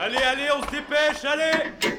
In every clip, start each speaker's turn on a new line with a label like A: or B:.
A: Allez, on se dépêche, allez!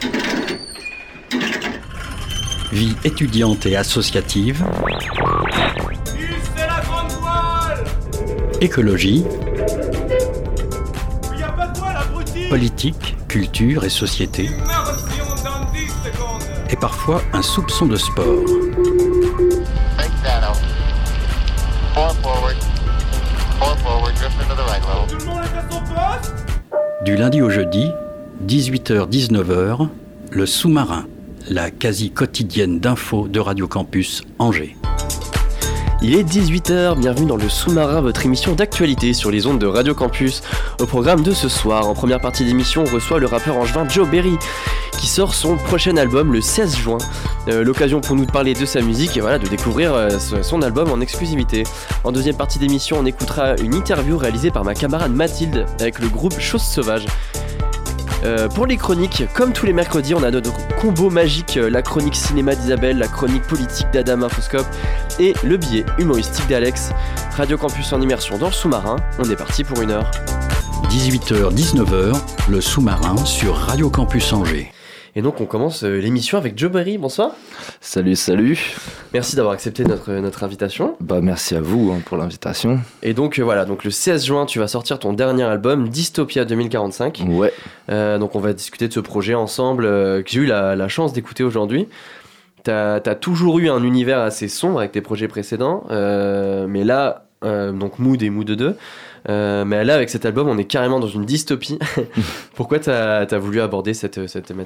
B: Vie étudiante et associative.
A: C'est la grande voile!
B: Écologie.
A: Il y a pas de voile, abruti!
B: Politique, culture et société.
A: Immersion dans 10 secondes!
B: Et parfois un soupçon de sport.
C: Big shadow. 4 forward. 4 forward, drift into the right level.
A: Tout le monde est à son poste?
B: Du lundi au jeudi, 18h-19h, le sous-marin, la quasi quotidienne d'infos de Radio Campus Angers.
D: Il est 18h, bienvenue dans le sous-marin, votre émission d'actualité sur les ondes de Radio Campus. Au programme de ce soir, en première partie d'émission, on reçoit le rappeur angevin Joe Berry, qui sort son prochain album le 16 juin. L'occasion pour nous de parler de sa musique et voilà, de découvrir son album en exclusivité. En deuxième partie d'émission, on écoutera une interview réalisée par ma camarade Mathilde avec le groupe Chose Sauvage. Pour les chroniques, comme tous les mercredis, on a notre combo magique, la chronique cinéma d'Isabelle, la chronique politique d'Adam Infoscope et le billet humoristique d'Alex. Radio Campus en immersion dans le sous-marin, on est parti pour 1 heure.
B: 18h-19h, le sous-marin sur Radio Campus Angers.
D: Et donc on commence l'émission avec Joe Berry, bonsoir.
E: Salut.
D: Merci d'avoir accepté notre invitation.
E: Bah merci à vous pour l'invitation.
D: Et donc voilà, donc le 16 juin, tu vas sortir ton dernier album, Dystopia 2045.
E: Ouais.
D: Donc on va discuter de ce projet ensemble, que j'ai eu la chance d'écouter aujourd'hui. T'as toujours eu un univers assez sombre avec tes projets précédents, mais là, donc Mood et Mood 2. Mais là, avec cet album, on est carrément dans une dystopie. Pourquoi t'as voulu aborder cette thématique ?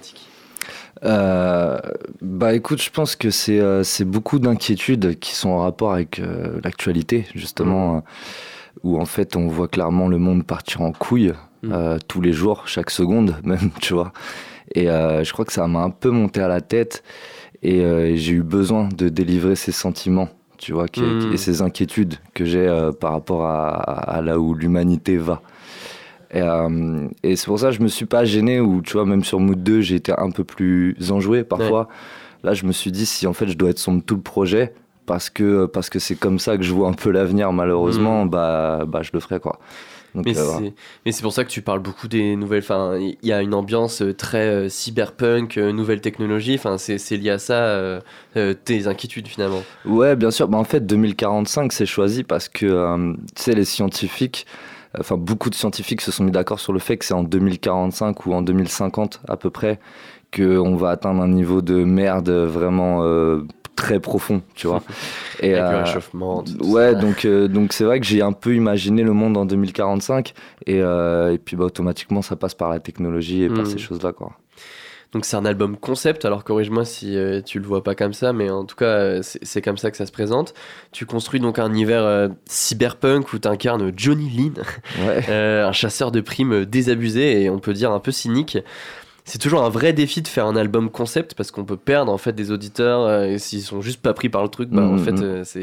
E: Bah écoute, je pense que c'est beaucoup d'inquiétudes qui sont en rapport avec l'actualité, justement, où en fait on voit clairement le monde partir en couille tous les jours, chaque seconde même, tu vois. Et je crois que ça m'a un peu monté à la tête et j'ai eu besoin de délivrer ces sentiments, tu vois, et ces inquiétudes que j'ai par rapport à là où l'humanité va. Et c'est pour ça que je me suis pas gêné, ou tu vois, même sur Mood 2 j'ai été un peu plus enjoué parfois. Ouais. Là je me suis dit, si en fait je dois être sombre tout le projet parce que c'est comme ça que je vois un peu l'avenir, malheureusement, bah je le ferai, quoi. Donc,
D: mais c'est pour ça que tu parles beaucoup des nouvelles, enfin il y a une ambiance très cyberpunk, nouvelles technologies, enfin c'est lié à ça, tes inquiétudes finalement.
E: Ouais, bien sûr. Bah en fait 2045 c'est choisi parce que tu sais, les scientifiques, enfin beaucoup de scientifiques se sont mis d'accord sur le fait que c'est en 2045 ou en 2050 à peu près qu'on va atteindre un niveau de merde vraiment très profond, tu vois.
D: Et avec le réchauffement.
E: Ouais, donc c'est vrai que j'ai un peu imaginé le monde en 2045 et puis bah, automatiquement ça passe par la technologie et par ces choses-là, quoi.
D: Donc c'est un album concept, alors corrige-moi si tu le vois pas comme ça, mais en tout cas c'est comme ça que ça se présente. Tu construis donc un univers cyberpunk où tu incarnes Johnny Lynn, ouais. Un chasseur de primes désabusé et on peut dire un peu cynique. C'est toujours un vrai défi de faire un album concept parce qu'on peut perdre en fait des auditeurs et s'ils sont juste pas pris par le truc, bah en fait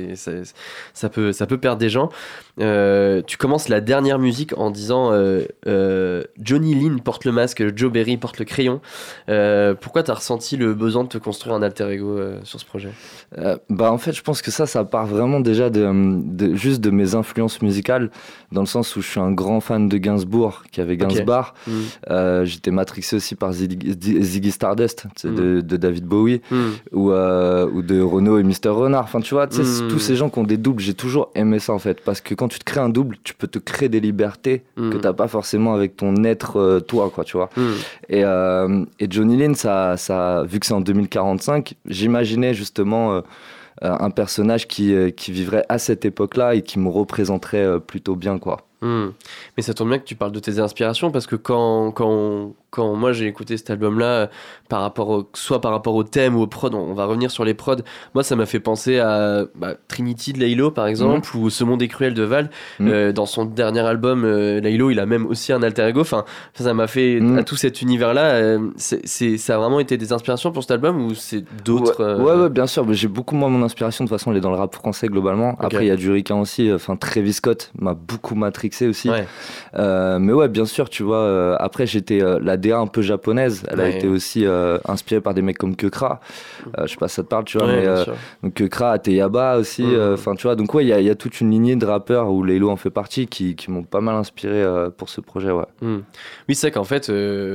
D: ça peut perdre des gens. Tu commences la dernière musique en disant Johnny Lynn porte le masque, Joe Berry porte le crayon. Pourquoi t'as ressenti le besoin de te construire un alter ego sur ce projet ?
E: Bah en fait je pense que ça part vraiment déjà juste de mes influences musicales, dans le sens où je suis un grand fan de Gainsbourg, qui avait Gainsbar. J'étais matrixé aussi par Ziggy Stardust, de David Bowie, ou de Renaud et Mr Renard. Enfin tu vois, tous ces gens qui ont des doubles, j'ai toujours aimé ça en fait, parce que quand tu te crées un double, tu peux te créer des libertés que t'as pas forcément avec ton être toi, quoi, tu vois. Et Johnny Lynn, ça, vu que c'est en 2045, j'imaginais justement un personnage qui vivrait à cette époque-là et qui me représenterait plutôt bien, quoi.
D: Mais ça tombe bien que tu parles de tes inspirations, parce que quand moi j'ai écouté cet album-là, soit par rapport au thème ou au prod, on va revenir sur les prods, moi ça m'a fait penser à Trinity de Laylo par exemple, ou Ce Monde est cruel de Val. Dans son dernier album, Laylo il a même aussi un alter ego, enfin ça m'a fait à tout cet univers-là. Ça a vraiment été des inspirations pour cet album, ou c'est d'autres
E: ouais, bien sûr, mais j'ai beaucoup moins mon inspiration, de toute façon elle est dans le rap français globalement. Okay. Après il y a du ricain aussi, enfin Travis Scott m'a beaucoup matrixé matrixé aussi.
D: Ouais.
E: Mais ouais, bien sûr, tu vois. Après, j'étais la DA un peu japonaise. Elle a été aussi inspirée par des mecs comme Kekra. Je sais pas si ça te parle, tu vois.
D: Ouais,
E: mais
D: bien sûr.
E: donc Kekra, Ateyaba aussi. Enfin, tu vois. Donc ouais, il y a toute une lignée de rappeurs où Laylo en fait partie qui m'ont pas mal inspiré pour ce projet, ouais.
D: Oui, c'est vrai qu'en fait,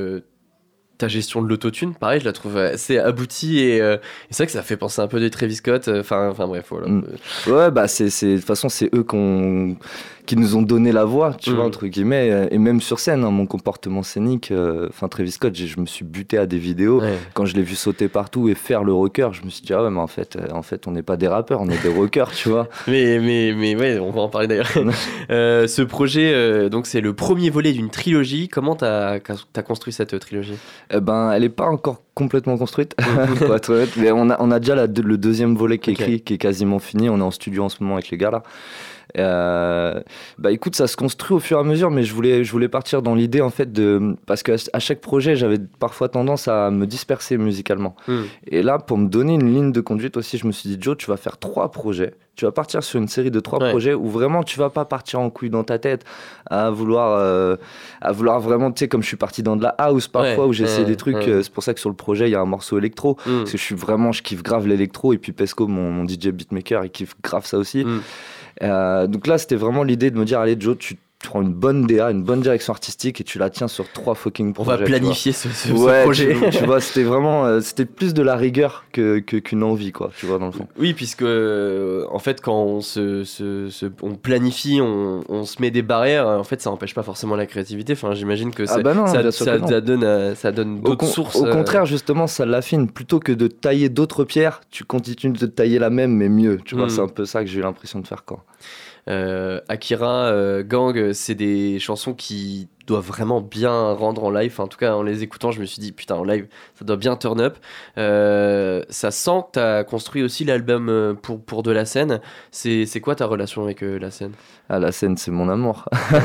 D: ta gestion de l'autotune, pareil, je la trouve assez aboutie et c'est vrai que ça fait penser un peu de Travis Scott. Enfin bref, voilà.
E: Ouais, bah de toute façon, c'est eux qui nous ont donné la voix, tu vois, entre guillemets, et même sur scène, hein, mon comportement scénique, Travis Scott, je me suis buté à des vidéos, quand je l'ai vu sauter partout et faire le rocker, je me suis dit, ah ouais, mais en fait on n'est pas des rappeurs, on est des rockers, tu vois.
D: mais ouais, on va en parler d'ailleurs. Ce projet, donc c'est le premier volet d'une trilogie. Comment t'as construit cette trilogie?
E: Elle est pas encore complètement construite, pour être honnête, mais on a déjà le deuxième volet qui est écrit, qui est quasiment fini, on est en studio en ce moment avec les gars là. Écoute, ça se construit au fur et à mesure, mais je voulais partir dans l'idée en fait parce qu'à chaque projet j'avais parfois tendance à me disperser musicalement, et là pour me donner une ligne de conduite aussi, je me suis dit, Joe, tu vas faire 3 projets, tu vas partir sur une série de 3 projets où vraiment tu vas pas partir en couille dans ta tête à vouloir vraiment, tu sais, comme je suis parti dans de la house parfois, où j'ai essayé des trucs, c'est pour ça que sur le projet il y a un morceau électro, parce que je kiffe grave l'électro, et puis Pesco, mon DJ beatmaker, il kiffe grave ça aussi. Donc là c'était vraiment l'idée de me dire, allez Joe, tu prends une bonne DA, une bonne direction artistique, et tu la tiens sur 3 fucking projets.
D: On va planifier ce projet.
E: Tu vois, c'était vraiment c'était plus de la rigueur qu'une envie, quoi, tu vois, dans le fond.
D: Oui, puisque en fait quand on planifie, on se met des barrières, en fait ça empêche pas forcément la créativité. Enfin, j'imagine que ça donne d'autres sources.
E: Au contraire, justement, ça l'affine. Plutôt que de tailler d'autres pierres, tu continues de tailler la même, mais mieux, tu vois. C'est un peu ça que j'ai eu l'impression de faire, quoi.
D: Akira, Gang, c'est des chansons qui doivent vraiment bien rendre en live. Enfin, en tout cas, en les écoutant, je me suis dit, putain, en live, ça doit bien turn up. Ça sent que t'as construit aussi l'album pour de la scène. C'est quoi ta relation avec la scène?
E: La scène, c'est mon amour.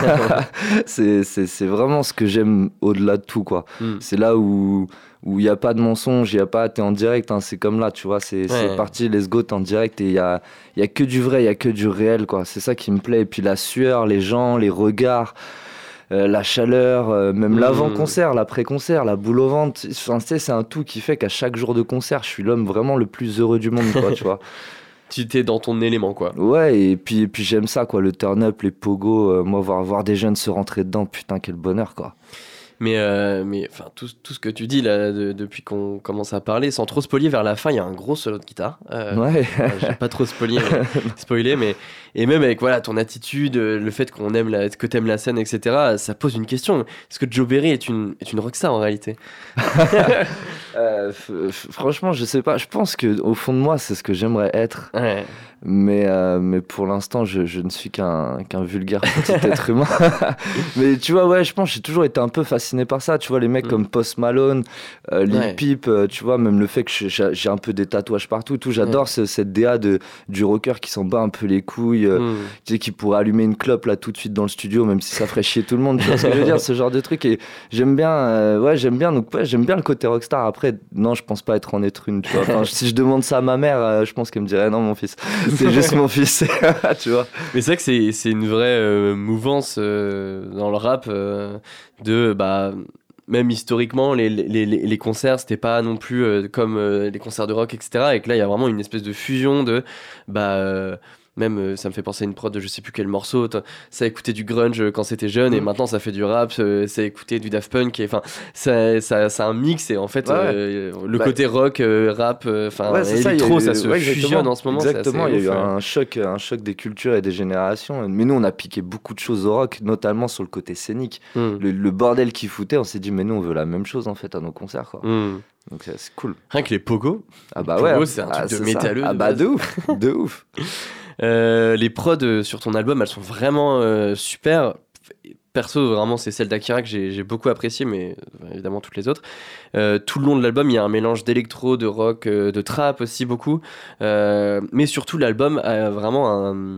E: c'est vraiment ce que j'aime au-delà de tout, quoi. C'est là où il n'y a pas de mensonge, il n'y a pas, t'es en direct, hein, c'est comme là, tu vois, c'est parti, let's go, t'es en direct, et il y a que du vrai, il y a que du réel, quoi. C'est ça qui me plaît. Et puis la sueur, les gens, les regards, la chaleur, même l'avant-concert, l'après-concert, la boule au ventre, enfin, c'est un tout qui fait qu'à chaque jour de concert, je suis l'homme vraiment le plus heureux du monde, quoi, tu vois.
D: Tu t'es dans ton élément, quoi.
E: Ouais, et puis j'aime ça, quoi, le turn-up, les pogos, moi, voir des jeunes se rentrer dedans, putain, quel bonheur, quoi.
D: Mais enfin, tout ce que tu dis là depuis qu'on commence à parler, sans trop spoiler, vers la fin, il y a un gros solo de guitare. J'ai pas trop spoilé, mais et même avec voilà ton attitude, le fait que t'aimes la scène, etc. Ça pose une question. Est-ce que Joe Berry est une rockstar en réalité?
E: Franchement, je sais pas. Je pense que au fond de moi, c'est ce que j'aimerais être.
D: Ouais.
E: Mais pour l'instant, je ne suis qu'un vulgaire petit être humain. Mais tu vois, ouais, je pense que j'ai toujours été un peu fasciné par ça. Tu vois, les mecs comme Post Malone, Lil Peep, tu vois, même le fait que j'ai un peu des tatouages partout, tout. J'adore cette DA du rocker qui s'en bat un peu les couilles, tu sais, qui pourrait allumer une clope là tout de suite dans le studio, même si ça ferait chier tout le monde. Tu vois ce que je veux dire, ce genre de truc. Et j'aime bien, j'aime bien. Donc, ouais, j'aime bien le côté rockstar. Après, non, je pense pas être en être une. Tu vois, enfin, si je demande ça à ma mère, je pense qu'elle me dirait non, mon fils. C'est juste mon fils, tu vois.
D: Mais c'est vrai que c'est une vraie mouvance dans le rap même historiquement, les concerts, c'était pas non plus comme les concerts de rock, etc. Et que là, il y a vraiment une espèce de fusion de même ça me fait penser à une prod de je sais plus quel morceau, ça écoutait du grunge quand c'était jeune et maintenant ça fait du rap, ça écoutait du Daft Punk, enfin ça un mix, et en fait le côté rock, rap, électro, ça se fusionne en ce moment.
E: Exactement, il y a eu un choc des cultures et des générations, mais nous on a piqué beaucoup de choses au rock, notamment sur le côté scénique. Le bordel qu'ils foutaient, on s'est dit mais nous on veut la même chose en fait à nos concerts, quoi. Donc c'est cool.
D: Rien que les pogos. C'est un truc de métalleux.
E: De ouf.
D: Les prods sur ton album, elles sont vraiment super. Perso, vraiment, c'est celle d'Akira que j'ai beaucoup appréciée, mais évidemment toutes les autres. Tout le long de l'album, il y a un mélange d'électro, de rock, de trap aussi beaucoup. Mais surtout, l'album a vraiment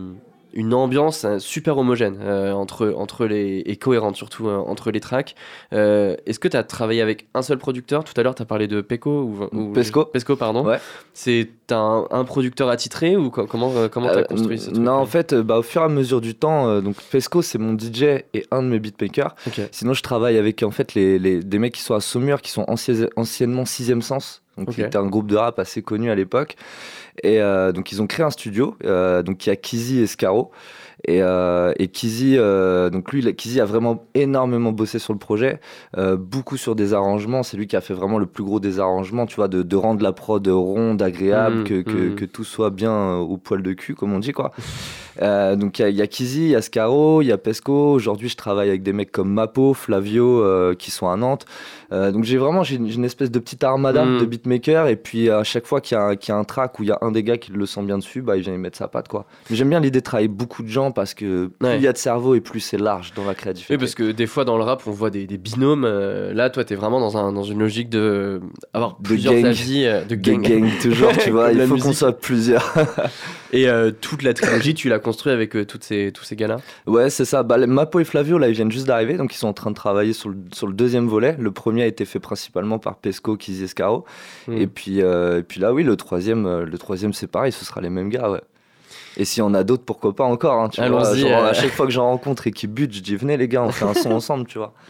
D: une ambiance super homogène entre les et cohérente surtout entre les tracks. Est-ce que tu as travaillé avec un seul producteur? Tout à l'heure tu as parlé de Peko ou Pesco pardon.
E: Ouais.
D: C'est un producteur attitré ou comment tu as construit ce truc?
E: Non, en fait au fur et à mesure du temps, donc Pesco c'est mon DJ et un de mes beatmakers.
D: Okay.
E: Sinon je travaille avec en fait des mecs qui sont à Saumur, qui sont anciennement 6ème Sens. Donc qui était un groupe de rap assez connu à l'époque. Et donc ils ont créé un studio, donc il y a Kizzy et Scaro. Et Kizzy, donc lui, Kizzy a vraiment énormément bossé sur le projet, beaucoup sur des arrangements. C'est lui qui a fait vraiment le plus gros des arrangements, tu vois, de rendre la prod ronde, agréable, que tout soit bien au poil de cul, comme on dit, quoi. Donc il y a Kizzy, il y a Scaro, il y a Pesco. Aujourd'hui, je travaille avec des mecs comme Mapo, Flavio, qui sont à Nantes. Donc j'ai une espèce de petite armada de beatmakers. Et puis à chaque fois qu'il y a un track où il y a un des gars qui le sent bien dessus, bah il vient y mettre sa patte, quoi. Mais j'aime bien l'idée de travailler beaucoup de gens parce que plus il y a de cerveau et plus c'est large dans la créativité.
D: Oui, parce que des fois dans le rap on voit des binômes. Là, toi, t'es vraiment dans une logique de avoir plusieurs avis, de gang
E: toujours, tu vois. Il faut qu'on soit plusieurs.
D: Et toute la trilogie, tu l'as construit avec tous ces gars-là?
E: Ouais, c'est ça. Bah, Mapo et Flavio, là, ils viennent juste d'arriver, donc ils sont en train de travailler sur le deuxième volet. Le premier a été fait principalement par Pesco, Kizzy et Scaro. Et puis là, oui, le troisième, c'est pareil, ce sera les mêmes gars, ouais. Et si on a d'autres, pourquoi pas encore, hein, tu vois, genre, à chaque fois que j'en rencontre et qu'ils butent, je dis venez les gars, on fait un son ensemble, tu vois.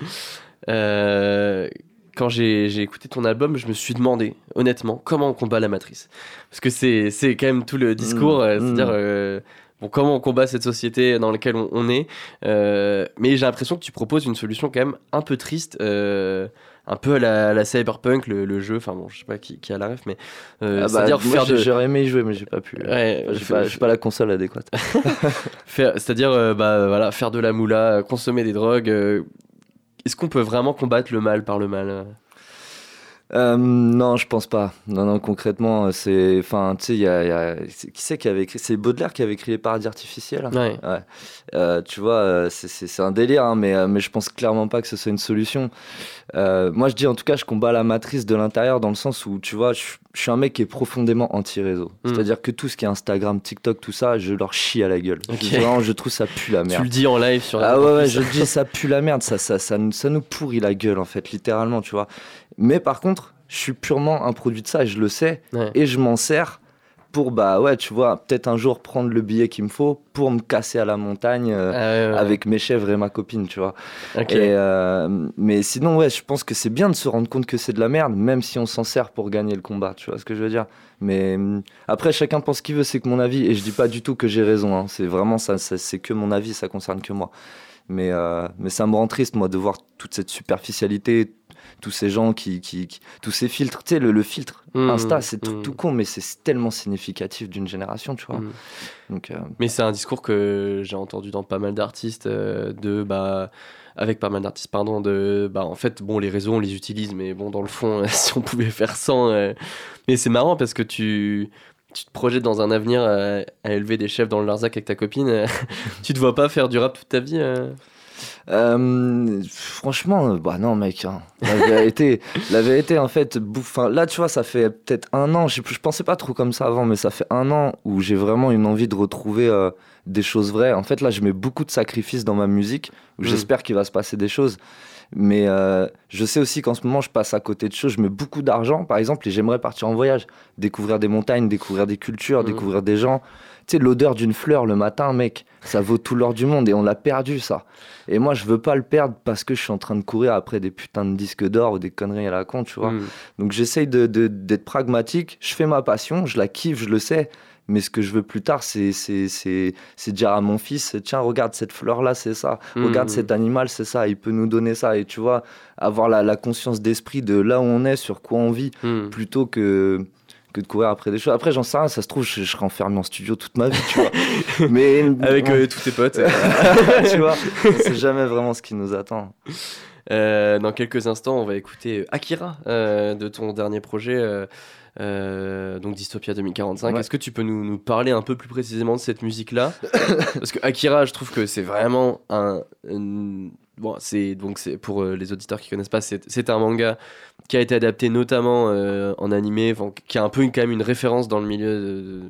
D: Quand j'ai écouté ton album, je me suis demandé, honnêtement, comment on combat la matrice. Parce que c'est quand même tout le discours, c'est-à-dire comment on combat cette société dans laquelle on est. Mais j'ai l'impression que tu proposes une solution quand même un peu triste, un peu à la Cyberpunk, le jeu. Enfin bon, je sais pas qui a la ref, mais c'est-à-dire
E: moi, j'aurais aimé y jouer, mais j'ai pas pu.
D: Ouais,
E: j'ai pas la console adéquate.
D: C'est-à-dire voilà, faire de la moula, consommer des drogues. Est-ce qu'on peut vraiment combattre le mal par le mal?
E: Non, je pense pas. Non, concrètement, c'est, enfin, tu sais, qui c'est qui avait écrit? C'est Baudelaire qui avait écrit Les Paradis Artificiels. Ouais. Tu vois, c'est un délire, hein, mais je pense clairement pas que ce soit une solution. Moi, je dis en tout cas, je combats la matrice de l'intérieur dans le sens où, tu vois, je suis un mec qui est profondément anti-réseau. C'est-à-dire que tout ce qui est Instagram, TikTok, tout ça, je leur chie à la gueule.
D: Okay.
E: Vraiment, je trouve ça pue la merde.
D: Tu le dis en live sur
E: Ah ouais, je le dis, ça pue la merde. Ça nous pourrit la gueule, en fait, littéralement, tu vois. Mais par contre, je suis purement un produit de ça et je le sais. Ouais. Et je m'en sers pour, bah ouais, tu vois, peut-être un jour prendre le billet qu'il me faut pour me casser à la montagne avec mes chèvres et ma copine, tu vois. Okay. Mais sinon, ouais, je pense que c'est bien de se rendre compte que c'est de la merde, même si on s'en sert pour gagner le combat, tu vois ce que je veux dire. Mais après, chacun pense ce qu'il veut, c'est que mon avis, et je dis pas du tout que j'ai raison, hein. C'est vraiment ça, c'est que mon avis, ça concerne que moi. Mais ça me rend triste, moi, de voir toute cette superficialité, tous ces gens tous ces filtres, tu sais, le filtre Insta, c'est tout con, mais c'est tellement significatif d'une génération, tu vois. Donc,
D: mais c'est un discours que j'ai entendu dans pas mal d'artistes, avec pas mal d'artistes, pardon, en fait, bon, les réseaux, on les utilise, mais bon, dans le fond, si on pouvait faire sans... Mais c'est marrant parce que tu te projettes dans un avenir à élever des chefs dans le Larzac avec ta copine. Tu te vois pas faire du rap toute ta vie
E: franchement, bah non mec, hein. La vérité en fait, là tu vois, ça fait peut-être 1 an, je pensais pas trop comme ça avant, mais ça fait 1 an où j'ai vraiment une envie de retrouver des choses vraies. En fait là, je mets beaucoup de sacrifices dans ma musique, où j'espère qu'il va se passer des choses. Mais je sais aussi qu'en ce moment je passe à côté de choses, je mets beaucoup d'argent par exemple et j'aimerais partir en voyage, découvrir des montagnes, découvrir des cultures, découvrir des gens. Tu sais, l'odeur d'une fleur le matin, mec, ça vaut tout l'or du monde et on l'a perdu, ça. Et moi, je veux pas le perdre parce que je suis en train de courir après des putains de disques d'or ou des conneries à la con, tu vois. Donc j'essaye d'être pragmatique, je fais ma passion, je la kiffe, je le sais. Mais ce que je veux plus tard, c'est dire à mon fils, tiens, regarde cette fleur-là, c'est ça. Regarde cet animal, c'est ça. Il peut nous donner ça. Et tu vois, avoir la conscience d'esprit de là où on est, sur quoi on vit, plutôt que de courir après des choses. Après, j'en sais rien, ça se trouve, je serai enfermé en studio toute ma vie, tu vois. Mais,
D: avec tous tes potes.
E: Tu vois, on sait jamais vraiment ce qui nous attend.
D: Dans quelques instants, on va écouter Akira de ton dernier projet. Donc Dystopia 2045. Ouais. Est-ce que tu peux nous parler un peu plus précisément de cette musique-là? Parce que Akira, je trouve que c'est vraiment bon, c'est pour les auditeurs qui connaissent pas, c'est un manga qui a été adapté notamment en animé, qui a un peu quand même une référence dans le milieu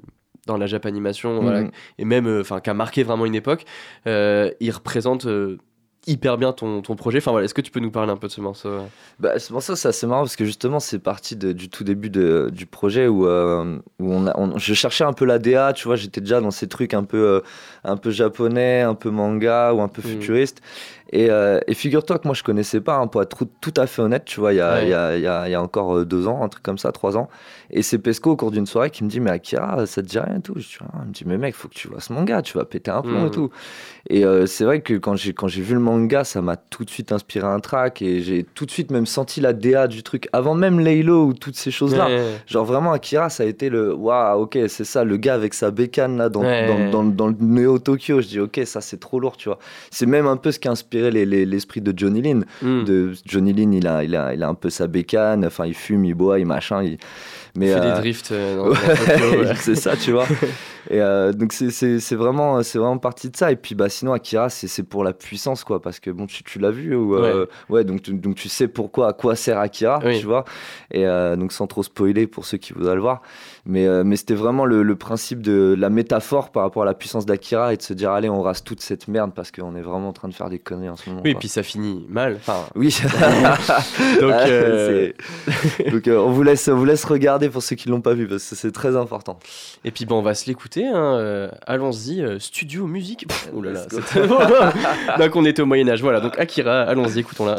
D: dans la Japanimation, voilà, et même qui a marqué vraiment une époque, il représente hyper bien ton projet. Enfin voilà, est-ce que tu peux nous parler un peu de ce morceau?
E: Ce morceau, c'est assez marrant parce que justement, c'est parti du tout début du projet où je cherchais un peu la DA, tu vois, j'étais déjà dans ces trucs un peu japonais, un peu manga ou un peu futuriste. Et figure-toi que moi je connaissais pas, pour être tout à fait honnête, tu vois, il y a encore 2 ans, un truc comme ça, 3 ans. Et c'est Pesco au cours d'une soirée qui me dit mais Akira, ça te dit rien et tout. Il me dit mais mec, faut que tu vois ce manga, tu vas péter un plomb et tout. Et c'est vrai que quand j'ai vu le manga, ça m'a tout de suite inspiré un track et j'ai tout de suite même senti la DA du truc avant même Laylo ou toutes ces choses là. Genre vraiment Akira, ça a été le waouh, ok, c'est ça, le gars avec sa bécane là dans le Neo Tokyo. Je dis ok, ça c'est trop lourd, tu vois. C'est même un peu ce qui a inspiré l'esprit de Johnny Lin. De Johnny Lin, il a un peu sa bécane, enfin il fume, il boit, il machin, il fait
D: des drifts
E: c'est ça, tu vois. Et donc c'est vraiment parti de ça. Et puis sinon Akira, c'est pour la puissance, quoi, parce que bon, tu l'as vu donc tu sais à quoi sert Akira, tu vois. Et donc sans trop spoiler pour ceux qui voudraient le voir, mais c'était vraiment le principe de la métaphore par rapport à la puissance d'Akira et de se dire allez, on rase toute cette merde parce qu'on est vraiment en train de faire des conneries en ce moment.
D: Oui, et puis ça finit mal.
E: Oui. Donc on vous laisse regarder pour ceux qui l'ont pas vu parce que c'est très important.
D: Et puis on va se l'écouter. Allons-y, studio musique. Oh là là, c'était donc on était au Moyen-Âge. Voilà, donc Akira, allons-y, écoutons-la.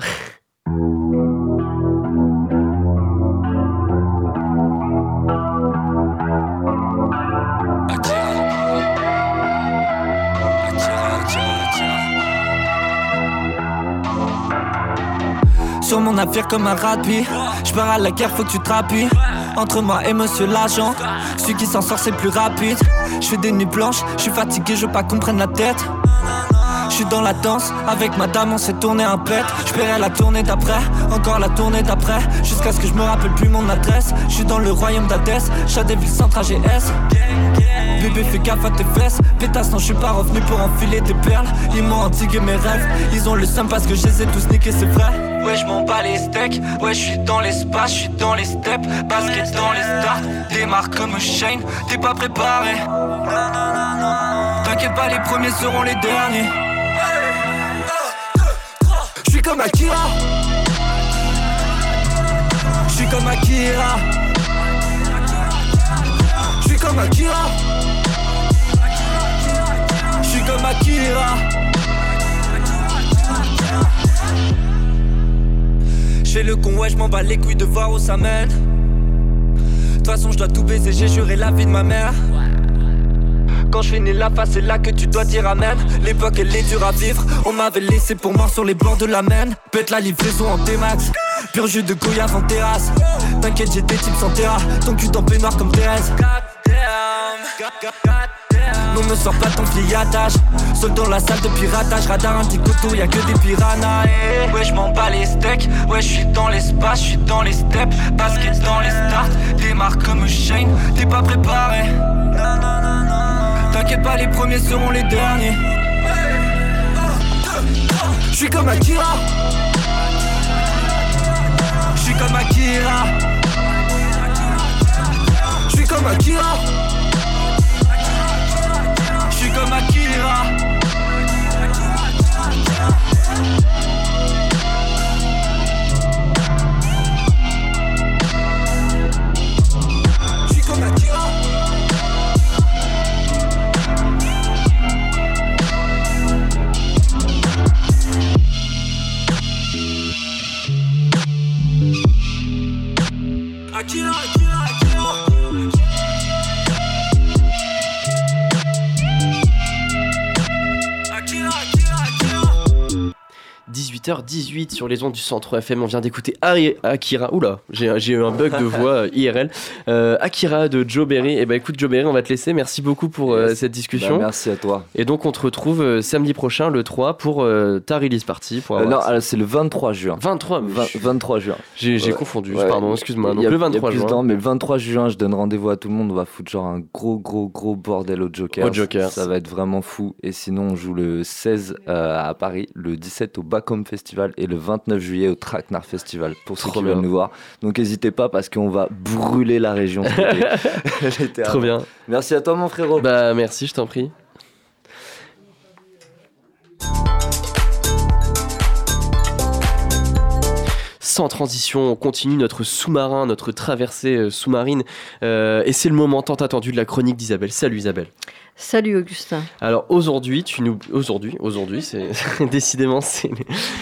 F: Sur mon navire comme un rapide, je pars à la guerre, faut que tu te rappuies. Entre moi et monsieur l'agent, celui qui s'en sort c'est plus rapide. Je fais des nuits blanches, je suis fatigué, je veux pas qu'on prenne la tête. Je suis dans la danse, avec madame on s'est tourné un pet. Je paierai la tournée d'après, encore la tournée d'après, jusqu'à ce que je me rappelle plus mon adresse. Je suis dans le royaume d'Hadès, Chadeville Centre GS. Bébé fais gaffe à tes fesses, pétasse non je suis pas revenu pour enfiler tes perles. Ils m'ont endigué mes rêves, ils ont le seum parce que je les ai tous niqués, c'est vrai. Ouais je m'en bats les steaks, ouais je suis dans l'espace, je suis dans les steps, basket dans les stars, démarre comme Shane, t'es pas préparé. T'inquiète pas, les premiers seront les derniers. Je suis comme Akira. Je suis comme Akira. Je suis comme Akira. Je suis comme Akira. Je fais le con, ouais, je m'en bats les couilles de voir où ça mène. De toute façon, je dois tout baiser, j'ai juré la vie de ma mère. Quand je finis la face, c'est là que tu dois dire amen. L'époque elle est dure à vivre, on m'avait laissé pour mort sur les bords de la Maine. Pète la livraison en T-Max, pur jus de goyave en terrasse. T'inquiète j'ai des types sans terra, ton cul dans peignoir comme Thérèse. Non me sors pas ton pliatage, seul dans la salle de piratage. Radar anti-couteau, y'a que des piranhas. Ouais je m'en bats les steaks, ouais je suis dans l'espace, je suis dans les steps, basket dans les starts, démarre comme Shane, t'es pas préparé. T'inquiète pas, les premiers seront les derniers. Je suis comme Akira. Je suis comme Akira. Je suis comme Akira. Je suis comme Akira. Je suis comme Akira. Akira, Akira, Akira.
D: 18h18 sur les ondes du Centre FM, on vient d'écouter Akira. Oula, j'ai eu un bug de voix IRL. Akira de Joe Berry. Et bah écoute Joe Berry, on va te laisser. Merci beaucoup pour cette discussion.
E: Merci à toi.
D: Et donc on te retrouve samedi prochain, le 3, pour ta release party.
E: Non, c'est le 23 juin. 23 juin.
D: J'ai confondu, pardon, excuse-moi. Donc le 23 juin.
E: Temps, mais le 23 juin, je donne rendez-vous à tout le monde. On va foutre genre un gros bordel au Joker. Ça va être vraiment fou. Et sinon, on joue le 16 à Paris, le 17 au Back Home Festival et le 29 juillet au Traquenard Festival pour ceux
D: Trop
E: qui
D: bien.
E: veulent nous voir. Donc n'hésitez pas parce qu'on va brûler la région cet été. Littéralement.
D: Trop bien.
E: Merci à toi mon frérot.
D: Bah merci, je t'en prie. Sans transition, on continue notre sous-marin, notre traversée sous-marine. Et c'est le moment tant attendu de la chronique d'Isabelle. Salut Isabelle.
G: Salut Augustin.
D: Alors aujourd'hui, c'est décidément c'est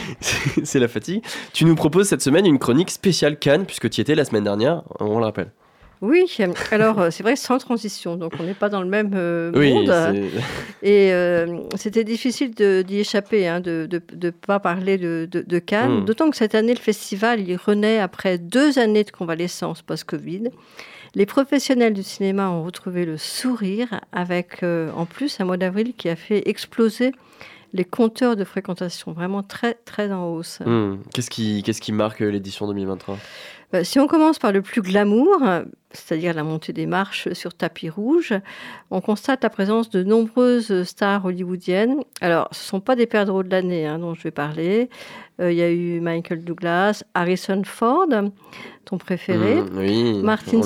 D: la fatigue. Tu nous proposes cette semaine une chronique spéciale Cannes puisque tu y étais la semaine dernière, on le rappelle.
G: Oui, alors c'est vrai, sans transition, donc on n'est pas dans le même
D: Oui,
G: monde.
D: c'est...
G: Et c'était difficile d'y échapper, hein, de ne pas parler de Cannes. D'autant que cette année, le festival, il renaît après 2 années de convalescence post-Covid. Les professionnels du cinéma ont retrouvé le sourire avec, en plus, un mois d'avril qui a fait exploser les compteurs de fréquentation, vraiment très, très en hausse.
D: Qu'est-ce qui marque l'édition 2023 ?
G: Si on commence par le plus glamour, c'est-à-dire la montée des marches sur tapis rouge, on constate la présence de nombreuses stars hollywoodiennes. Alors, ce ne sont pas des perdreaux de l'année dont je vais parler. Il y a eu Michael Douglas, Harrison Ford, ton préféré,
D: oui,
G: Martin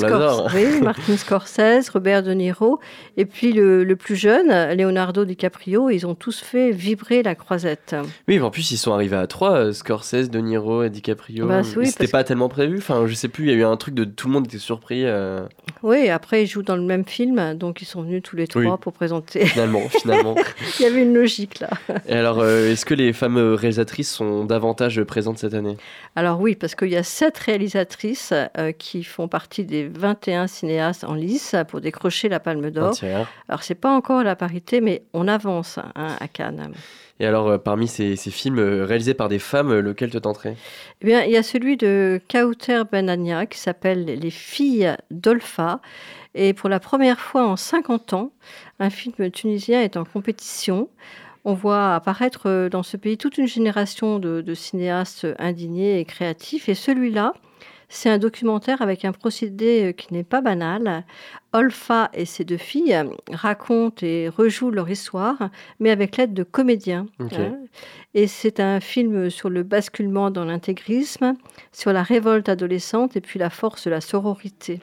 G: Scorsese, Robert De Niro, et puis le plus jeune, Leonardo DiCaprio. Ils ont tous fait vibrer la croisette.
D: Oui, en plus, ils sont arrivés à 3, Scorsese, De Niro et DiCaprio.
G: Oui,
D: c'était pas tellement prévu. Enfin, je sais plus, il y a eu un truc de tout le monde était surpris.
G: Oui, après, ils jouent dans le même film, donc ils sont venus tous les 3 pour présenter.
D: Finalement.
G: Il y avait une logique là.
D: Et alors, est-ce que les femmes réalisatrices sont davantage présentes cette année ?
G: Alors oui, parce qu'il y a 7 réalisatrices qui font partie des 21 cinéastes en lice pour décrocher la Palme d'Or. Alors, c'est pas encore la parité, mais on avance à Cannes.
D: Et alors, parmi ces films réalisés par des femmes, lequel te tenterait ?
G: Eh bien, il y a celui de Kauter Benania qui s'appelle Les filles d'Olfa. Et pour la première fois en 50 ans, un film tunisien est en compétition. On voit apparaître dans ce pays toute une génération de cinéastes indignés et créatifs. Et celui-là, c'est un documentaire avec un procédé qui n'est pas banal. Olfa et ses 2 filles racontent et rejouent leur histoire, mais avec l'aide de comédiens.
D: Okay.
G: Et c'est un film sur le basculement dans l'intégrisme, sur la révolte adolescente et puis la force de la sororité.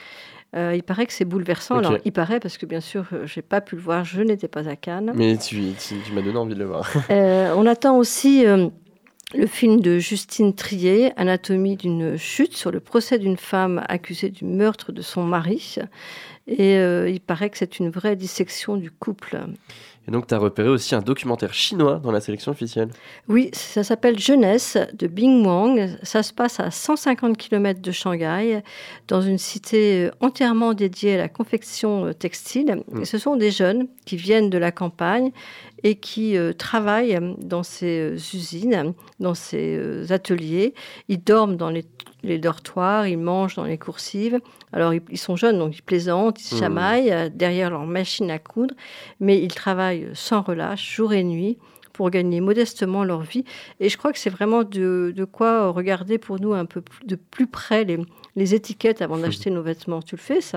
G: Il paraît que c'est bouleversant.
D: Okay.
G: Alors, il paraît, parce que bien sûr, je n'ai pas pu le voir, je n'étais pas à Cannes.
D: Mais tu m'as donné envie de le voir.
G: On attend aussi le film de Justine Triet, Anatomie d'une chute, sur le procès d'une femme accusée du meurtre de son mari. Et il paraît que c'est une vraie dissection du couple.
D: Et donc, tu as repéré aussi un documentaire chinois dans la sélection officielle.
G: Oui, ça s'appelle Jeunesse, de Bing Wang. Ça se passe à 150 km de Shanghai, dans une cité entièrement dédiée à la confection textile. Et ce sont des jeunes qui viennent de la campagne et qui travaillent dans ces usines, dans ces ateliers. Ils dorment dans les dortoirs, ils mangent dans les coursives. Alors, ils sont jeunes, donc ils plaisantent, ils se chamaillent derrière leur machine à coudre, mais ils travaillent sans relâche, jour et nuit, pour gagner modestement leur vie. Et je crois que c'est vraiment de quoi regarder pour nous un peu de plus près les étiquettes avant d'acheter nos vêtements. Tu le fais, ça ?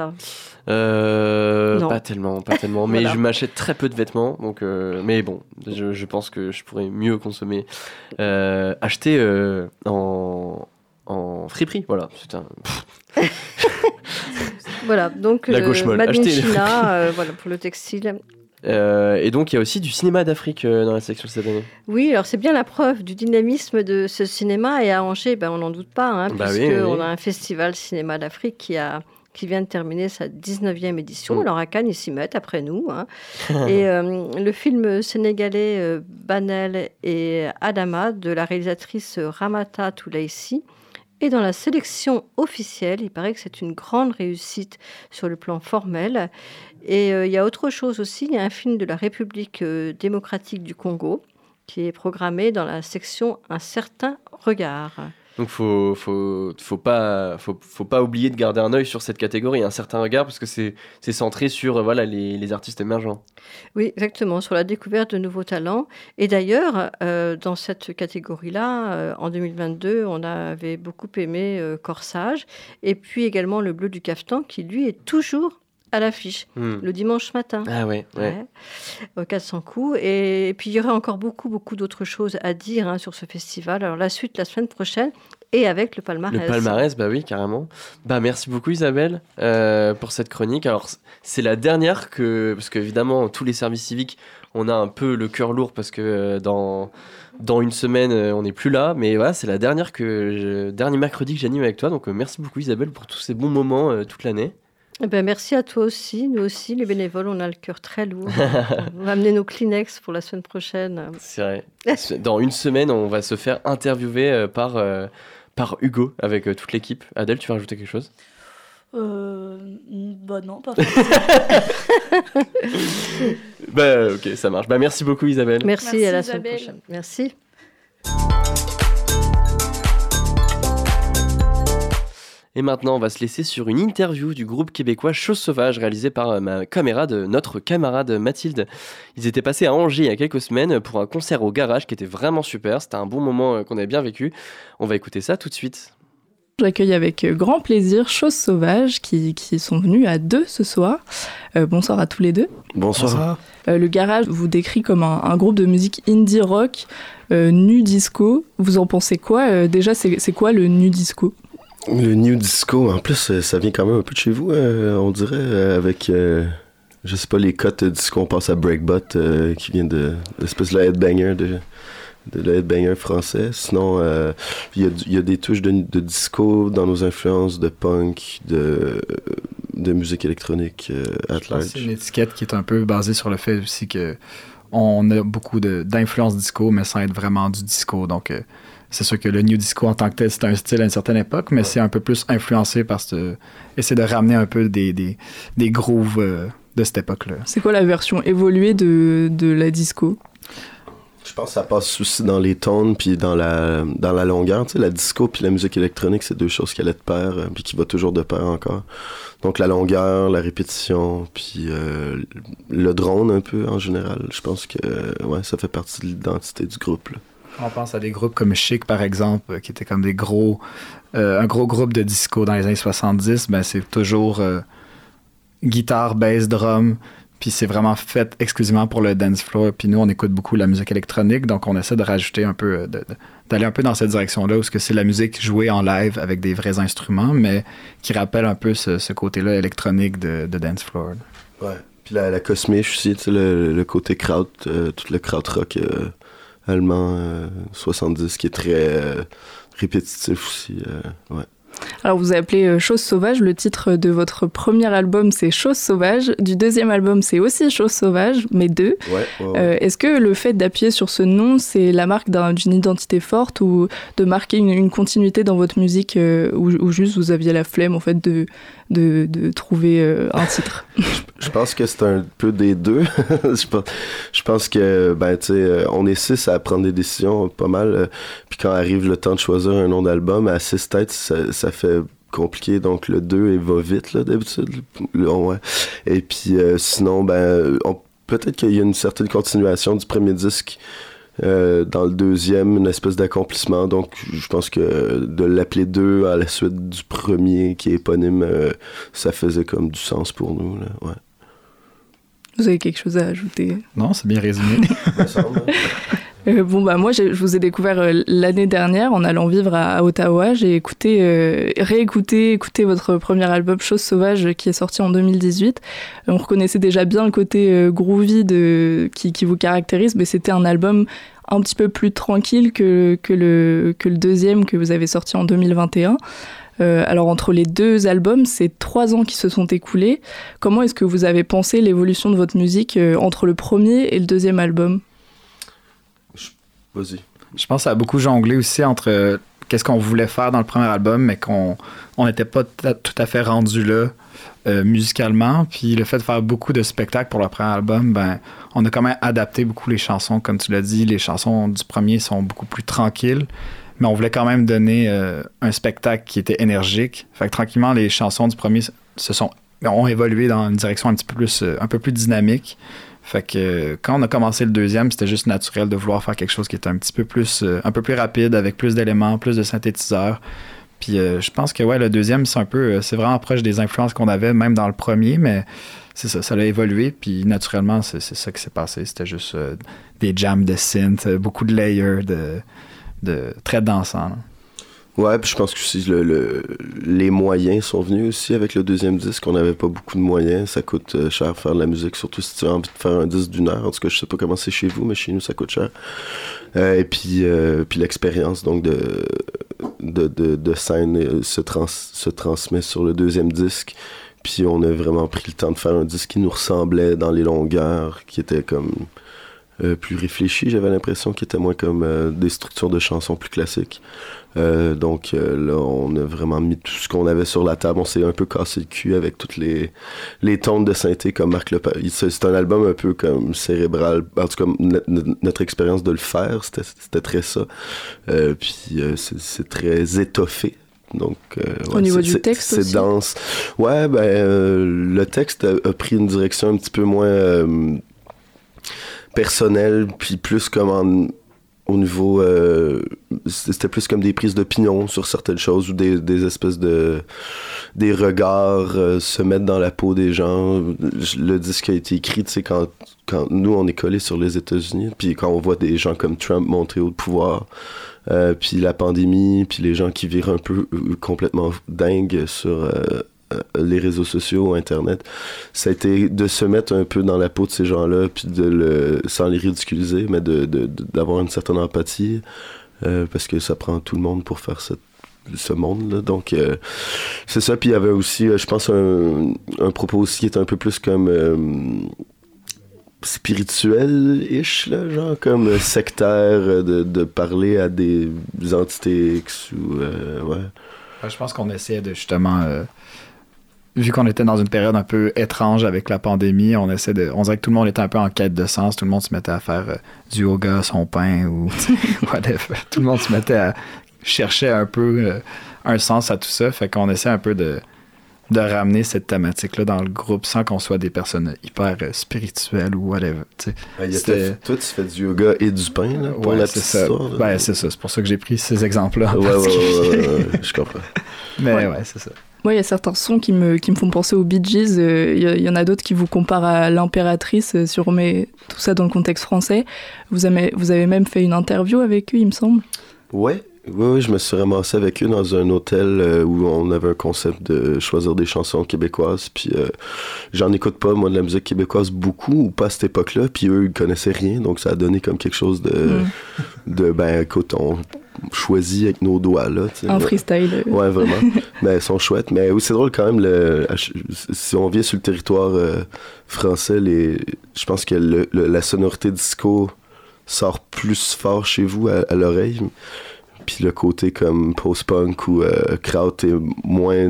D: Non. Pas tellement. Mais
G: Voilà.
D: je m'achète très peu de vêtements, donc. Mais bon, je pense que je pourrais mieux consommer, acheter en friperie. Voilà. C'est un.
G: Voilà. Donc
D: la gauche molle.
G: Made in
D: Acheter
G: China, voilà pour le textile.
D: Et donc, il y a aussi du cinéma d'Afrique dans la sélection cette année.
G: Oui, alors c'est bien la preuve du dynamisme de ce cinéma. Et à Angers, on n'en doute pas, puisqu'on a un festival cinéma d'Afrique qui vient de terminer sa 19e édition. Alors à Cannes, ils s'y mettent après nous. Et le film sénégalais Banel et Adama de la réalisatrice Ramata Toulaïsi est dans la sélection officielle. Il paraît que c'est une grande réussite sur le plan formel. Et il y a autre chose aussi, il y a un film de la République démocratique du Congo qui est programmé dans la section Un certain regard.
D: Donc faut pas oublier de garder un œil sur cette catégorie, un certain regard, parce que c'est centré sur les artistes émergents.
G: Oui, exactement, sur la découverte de nouveaux talents. Et d'ailleurs, dans cette catégorie-là, en 2022, on avait beaucoup aimé Corsage, et puis également Le Bleu du Caftan, qui lui est toujours à l'affiche, le dimanche matin.
D: Ah ouais.
G: Au 400 coups. Et puis, il y aurait encore beaucoup, beaucoup d'autres choses à dire sur ce festival. Alors, la suite, la semaine prochaine, et avec le palmarès.
D: Le palmarès, bah oui, carrément. Bah, merci beaucoup, Isabelle, pour cette chronique. Alors, c'est la dernière parce qu'évidemment, tous les services civiques, on a un peu le cœur lourd parce que dans une semaine, on n'est plus là. Mais voilà, c'est la dernier mercredi que j'anime avec toi. Donc, merci beaucoup, Isabelle, pour tous ces bons moments toute l'année.
G: Eh ben, merci à toi aussi. Nous aussi, les bénévoles, on a le cœur très lourd. On va amener nos Kleenex pour la semaine prochaine.
D: C'est vrai. Dans une semaine, on va se faire interviewer par Hugo avec toute l'équipe. Adèle, tu veux rajouter quelque chose ?
H: Bah non, pas forcément.
D: Bah ok, ça marche. Bah merci beaucoup, Isabelle.
G: Merci à la
H: Isabelle.
G: semaine prochaine. Merci.
D: Et maintenant, on va se laisser sur une interview du groupe québécois Chose Sauvage, réalisée par notre camarade Mathilde. Ils étaient passés à Angers il y a quelques semaines pour un concert au garage qui était vraiment super. C'était un bon moment qu'on avait bien vécu. On va écouter ça tout de suite.
I: J'accueille avec grand plaisir Chose Sauvage qui sont venus à 2 ce soir. Bonsoir à tous les deux.
J: Bonsoir.
I: Le garage vous décrit comme un groupe de musique indie rock, nu disco. Vous en pensez quoi ? Déjà, c'est quoi le nu disco ?
J: Le new disco, en plus, ça vient quand même un peu de chez vous, on dirait, avec, je sais pas, les cotes disco, on passe à Breakbot, qui vient de l'espèce de la headbanger, de la headbanger français. Sinon, il y a des touches de disco dans nos influences, de punk, de musique électronique at large.
K: C'est une étiquette qui est un peu basée sur le fait aussi que on a beaucoup d'influence disco, mais sans être vraiment du disco, donc... c'est sûr que le new disco en tant que tel, c'est un style à une certaine époque, mais c'est un peu plus influencé par essayer de ramener un peu des grooves de cette époque-là.
I: C'est quoi la version évoluée de la disco ?
J: Je pense que ça passe aussi dans les tones puis dans la longueur. Tu sais, la disco puis la musique électronique, c'est deux choses qui allaient de pair puis qui vont toujours de pair encore. Donc la longueur, la répétition, puis le drone un peu en général. Je pense que ça fait partie de l'identité du groupe, là.
K: On pense à des groupes comme Chic, par exemple, qui étaient comme un gros groupe de disco dans les années 70. Ben, c'est toujours guitare, bass, drum, puis c'est vraiment fait exclusivement pour le dance floor. Puis nous, on écoute beaucoup la musique électronique, donc on essaie de rajouter un peu, d'aller un peu dans cette direction-là, où c'est la musique jouée en live avec des vrais instruments, mais qui rappelle un peu ce côté-là électronique de dance floor.
J: Ouais. Puis la cosmiche aussi, tu sais, le côté kraut, tout le krautrock allemand 70 qui est très répétitif aussi. Ouais.
I: Alors vous appelez Chose Sauvage, le titre de votre premier album c'est Chose Sauvage, du deuxième album c'est aussi Chose Sauvage, mais 2. Ouais. Est-ce que le fait d'appuyer sur ce nom c'est la marque d'une identité forte ou de marquer une continuité dans votre musique ou juste vous aviez la flemme en fait de trouver un titre?
J: Je pense que c'est un peu des deux. je pense que tu sais, on est 6 à prendre des décisions pas mal, puis quand arrive le temps de choisir un nom d'album, à 6 têtes ça fait compliqué, donc le 2 il va vite là d'habitude. Ouais. Et puis sinon peut-être qu'il y a une certaine continuation du premier disque dans le deuxième, une espèce d'accomplissement, donc je pense que de l'appeler 2 à la suite du premier qui est éponyme, ça faisait comme du sens pour nous là. Ouais.
I: Vous avez quelque chose à ajouter?
K: Non, c'est bien résumé.
I: Moi, je vous ai découvert l'année dernière en allant vivre à Ottawa. J'ai réécouté votre premier album Chose Sauvage qui est sorti en 2018. On reconnaissait déjà bien le côté groovy qui vous caractérise, mais c'était un album un petit peu plus tranquille que le deuxième que vous avez sorti en 2021. Alors entre les 2 albums, c'est 3 ans qui se sont écoulés. Comment est-ce que vous avez pensé l'évolution de votre musique entre le premier et le deuxième album?
J: Vas-y.
K: Je pense que ça a beaucoup jonglé aussi entre qu'est-ce qu'on voulait faire dans le premier album, mais qu'on n'était pas tout à fait rendu là musicalement. Puis le fait de faire beaucoup de spectacles pour le premier album, on a quand même adapté beaucoup les chansons. Comme tu l'as dit, les chansons du premier sont beaucoup plus tranquilles. Mais on voulait quand même donner un spectacle qui était énergique. Fait que tranquillement, les chansons du premier ont évolué dans une direction un peu plus dynamique. Fait que quand on a commencé le deuxième, c'était juste naturel de vouloir faire quelque chose qui était un peu plus rapide, avec plus d'éléments, plus de synthétiseurs. Puis je pense que le deuxième, c'est vraiment proche des influences qu'on avait, même dans le premier, mais c'est ça a évolué, puis naturellement, c'est ça qui s'est passé. C'était juste des jams de synth, beaucoup de layers, de très dansants. Là.
J: Ouais, puis je pense que aussi les moyens sont venus aussi avec le deuxième disque. On n'avait pas beaucoup de moyens. Ça coûte cher faire de la musique, surtout si tu as envie de faire un disque d'1 heure. En tout cas, je sais pas comment c'est chez vous, mais chez nous, ça coûte cher. Et puis l'expérience donc de scène se transmet sur le deuxième disque. Puis on a vraiment pris le temps de faire un disque qui nous ressemblait dans les longueurs, qui était comme plus réfléchi, j'avais l'impression, qui était moins comme des structures de chansons plus classiques. Donc là, on a vraiment mis tout ce qu'on avait sur la table. On s'est un peu cassé le cul avec toutes les tonnes de synthé comme Marc Lepage. C'est un album un peu comme cérébral. En tout cas, notre expérience de le faire, c'était très ça. Puis c'est très étoffé. Donc,
I: au niveau du texte
J: c'est
I: aussi.
J: Dense. Ouais, le texte a pris une direction un petit peu moins personnelle, puis plus comme au niveau c'était plus comme des prises d'opinion sur certaines choses ou des espèces des regards se mettre dans la peau des gens. Le disque a été écrit, tu sais, quand nous on est collés sur les États-Unis, puis quand on voit des gens comme Trump monter au pouvoir, puis la pandémie, puis les gens qui virent un peu complètement dingues sur les réseaux sociaux, Internet, ça a été de se mettre un peu dans la peau de ces gens-là, puis sans les ridiculiser, mais d'avoir une certaine empathie, parce que ça prend tout le monde pour faire ce monde-là. Donc, c'est ça. Puis il y avait aussi, je pense, un propos aussi qui est un peu plus comme spirituel-ish, là, genre comme sectaire, de parler à des entités X ou... ouais.
K: Je pense qu'on essayait de justement... vu qu'on était dans une période un peu étrange avec la pandémie, on dirait que tout le monde était un peu en quête de sens, tout le monde se mettait à faire du yoga, son pain ou whatever. Tout le monde se mettait à chercher un peu un sens à tout ça, fait qu'on essaie un peu de ramener cette thématique-là dans le groupe sans qu'on soit des personnes hyper spirituelles ou whatever.
J: Toi, tu fais du yoga et du pain, là, pour la petite histoire.
K: Ben, c'est ça, c'est pour ça que j'ai pris ces exemples-là.
J: Ouais, je comprends.
K: Mais c'est ça.
I: Moi, il y a certains sons qui me font penser aux Bee Gees. Il y en a d'autres qui vous comparent à l'impératrice, si on remet tout ça dans le contexte français. Vous avez même fait une interview avec eux, il me semble.
J: Oui, je me suis ramassé avec eux dans un hôtel où on avait un concept de choisir des chansons québécoises. Puis j'en écoute pas, moi, de la musique québécoise beaucoup, ou pas à cette époque-là. Puis eux, ils connaissaient rien, donc ça a donné comme quelque chose écoute, on choisit avec nos doigts, là.
I: Un freestyle.
J: Ouais, vraiment. Mais ils sont chouettes. Mais oui, c'est drôle quand même, si on vient sur le territoire français, je pense que la sonorité disco sort plus fort chez vous à l'oreille. Puis le côté comme post-punk ou kraut est moins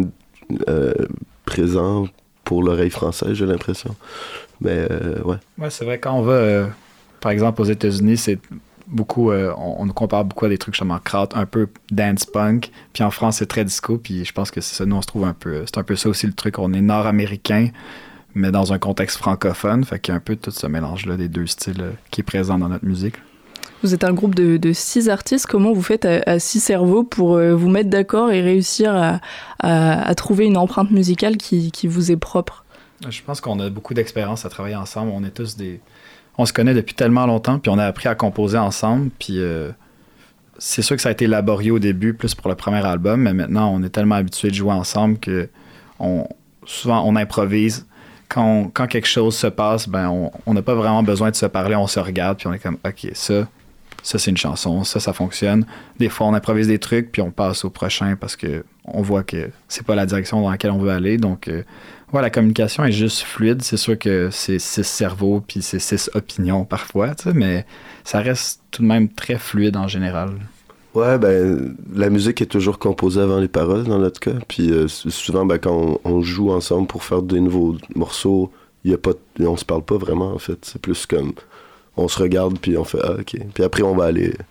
J: présent pour l'oreille française, j'ai l'impression. Mais ouais.
K: Ouais, c'est vrai, quand on va, par exemple, aux États-Unis, c'est beaucoup, on nous compare beaucoup à des trucs justement kraut, un peu dance punk. Puis en France, c'est très disco. Puis je pense que c'est ça, nous, on se trouve c'est un peu ça aussi le truc. On est nord-américain, mais dans un contexte francophone. Fait qu'il y a un peu tout ce mélange-là des deux styles qui est présent dans notre musique.
I: Vous êtes un groupe de 6 artistes. Comment vous faites à 6 cerveaux pour vous mettre d'accord et réussir à trouver une empreinte musicale qui vous est propre?
K: Je pense qu'on a beaucoup d'expérience à travailler ensemble. On est tous on se connaît depuis tellement longtemps, puis on a appris à composer ensemble. Puis c'est sûr que ça a été laborieux au début, plus pour le premier album, mais maintenant, on est tellement habitués de jouer ensemble que souvent, on improvise. Quand quelque chose se passe, ben on n'a pas vraiment besoin de se parler, on se regarde, puis on est comme, OK, ça c'est une chanson, ça fonctionne. Des fois, on improvise des trucs, puis on passe au prochain parce que on voit que c'est pas la direction dans laquelle on veut aller. Donc, la communication est juste fluide. C'est sûr que c'est 6 cerveaux, puis c'est 6 opinions parfois, mais ça reste tout de même très fluide en général.
J: Ouais, la musique est toujours composée avant les paroles dans notre cas. Puis souvent, quand on joue ensemble pour faire des nouveaux morceaux, on se parle pas vraiment, en fait. C'est plus comme on se regarde, puis on fait OK. Puis après, on va aller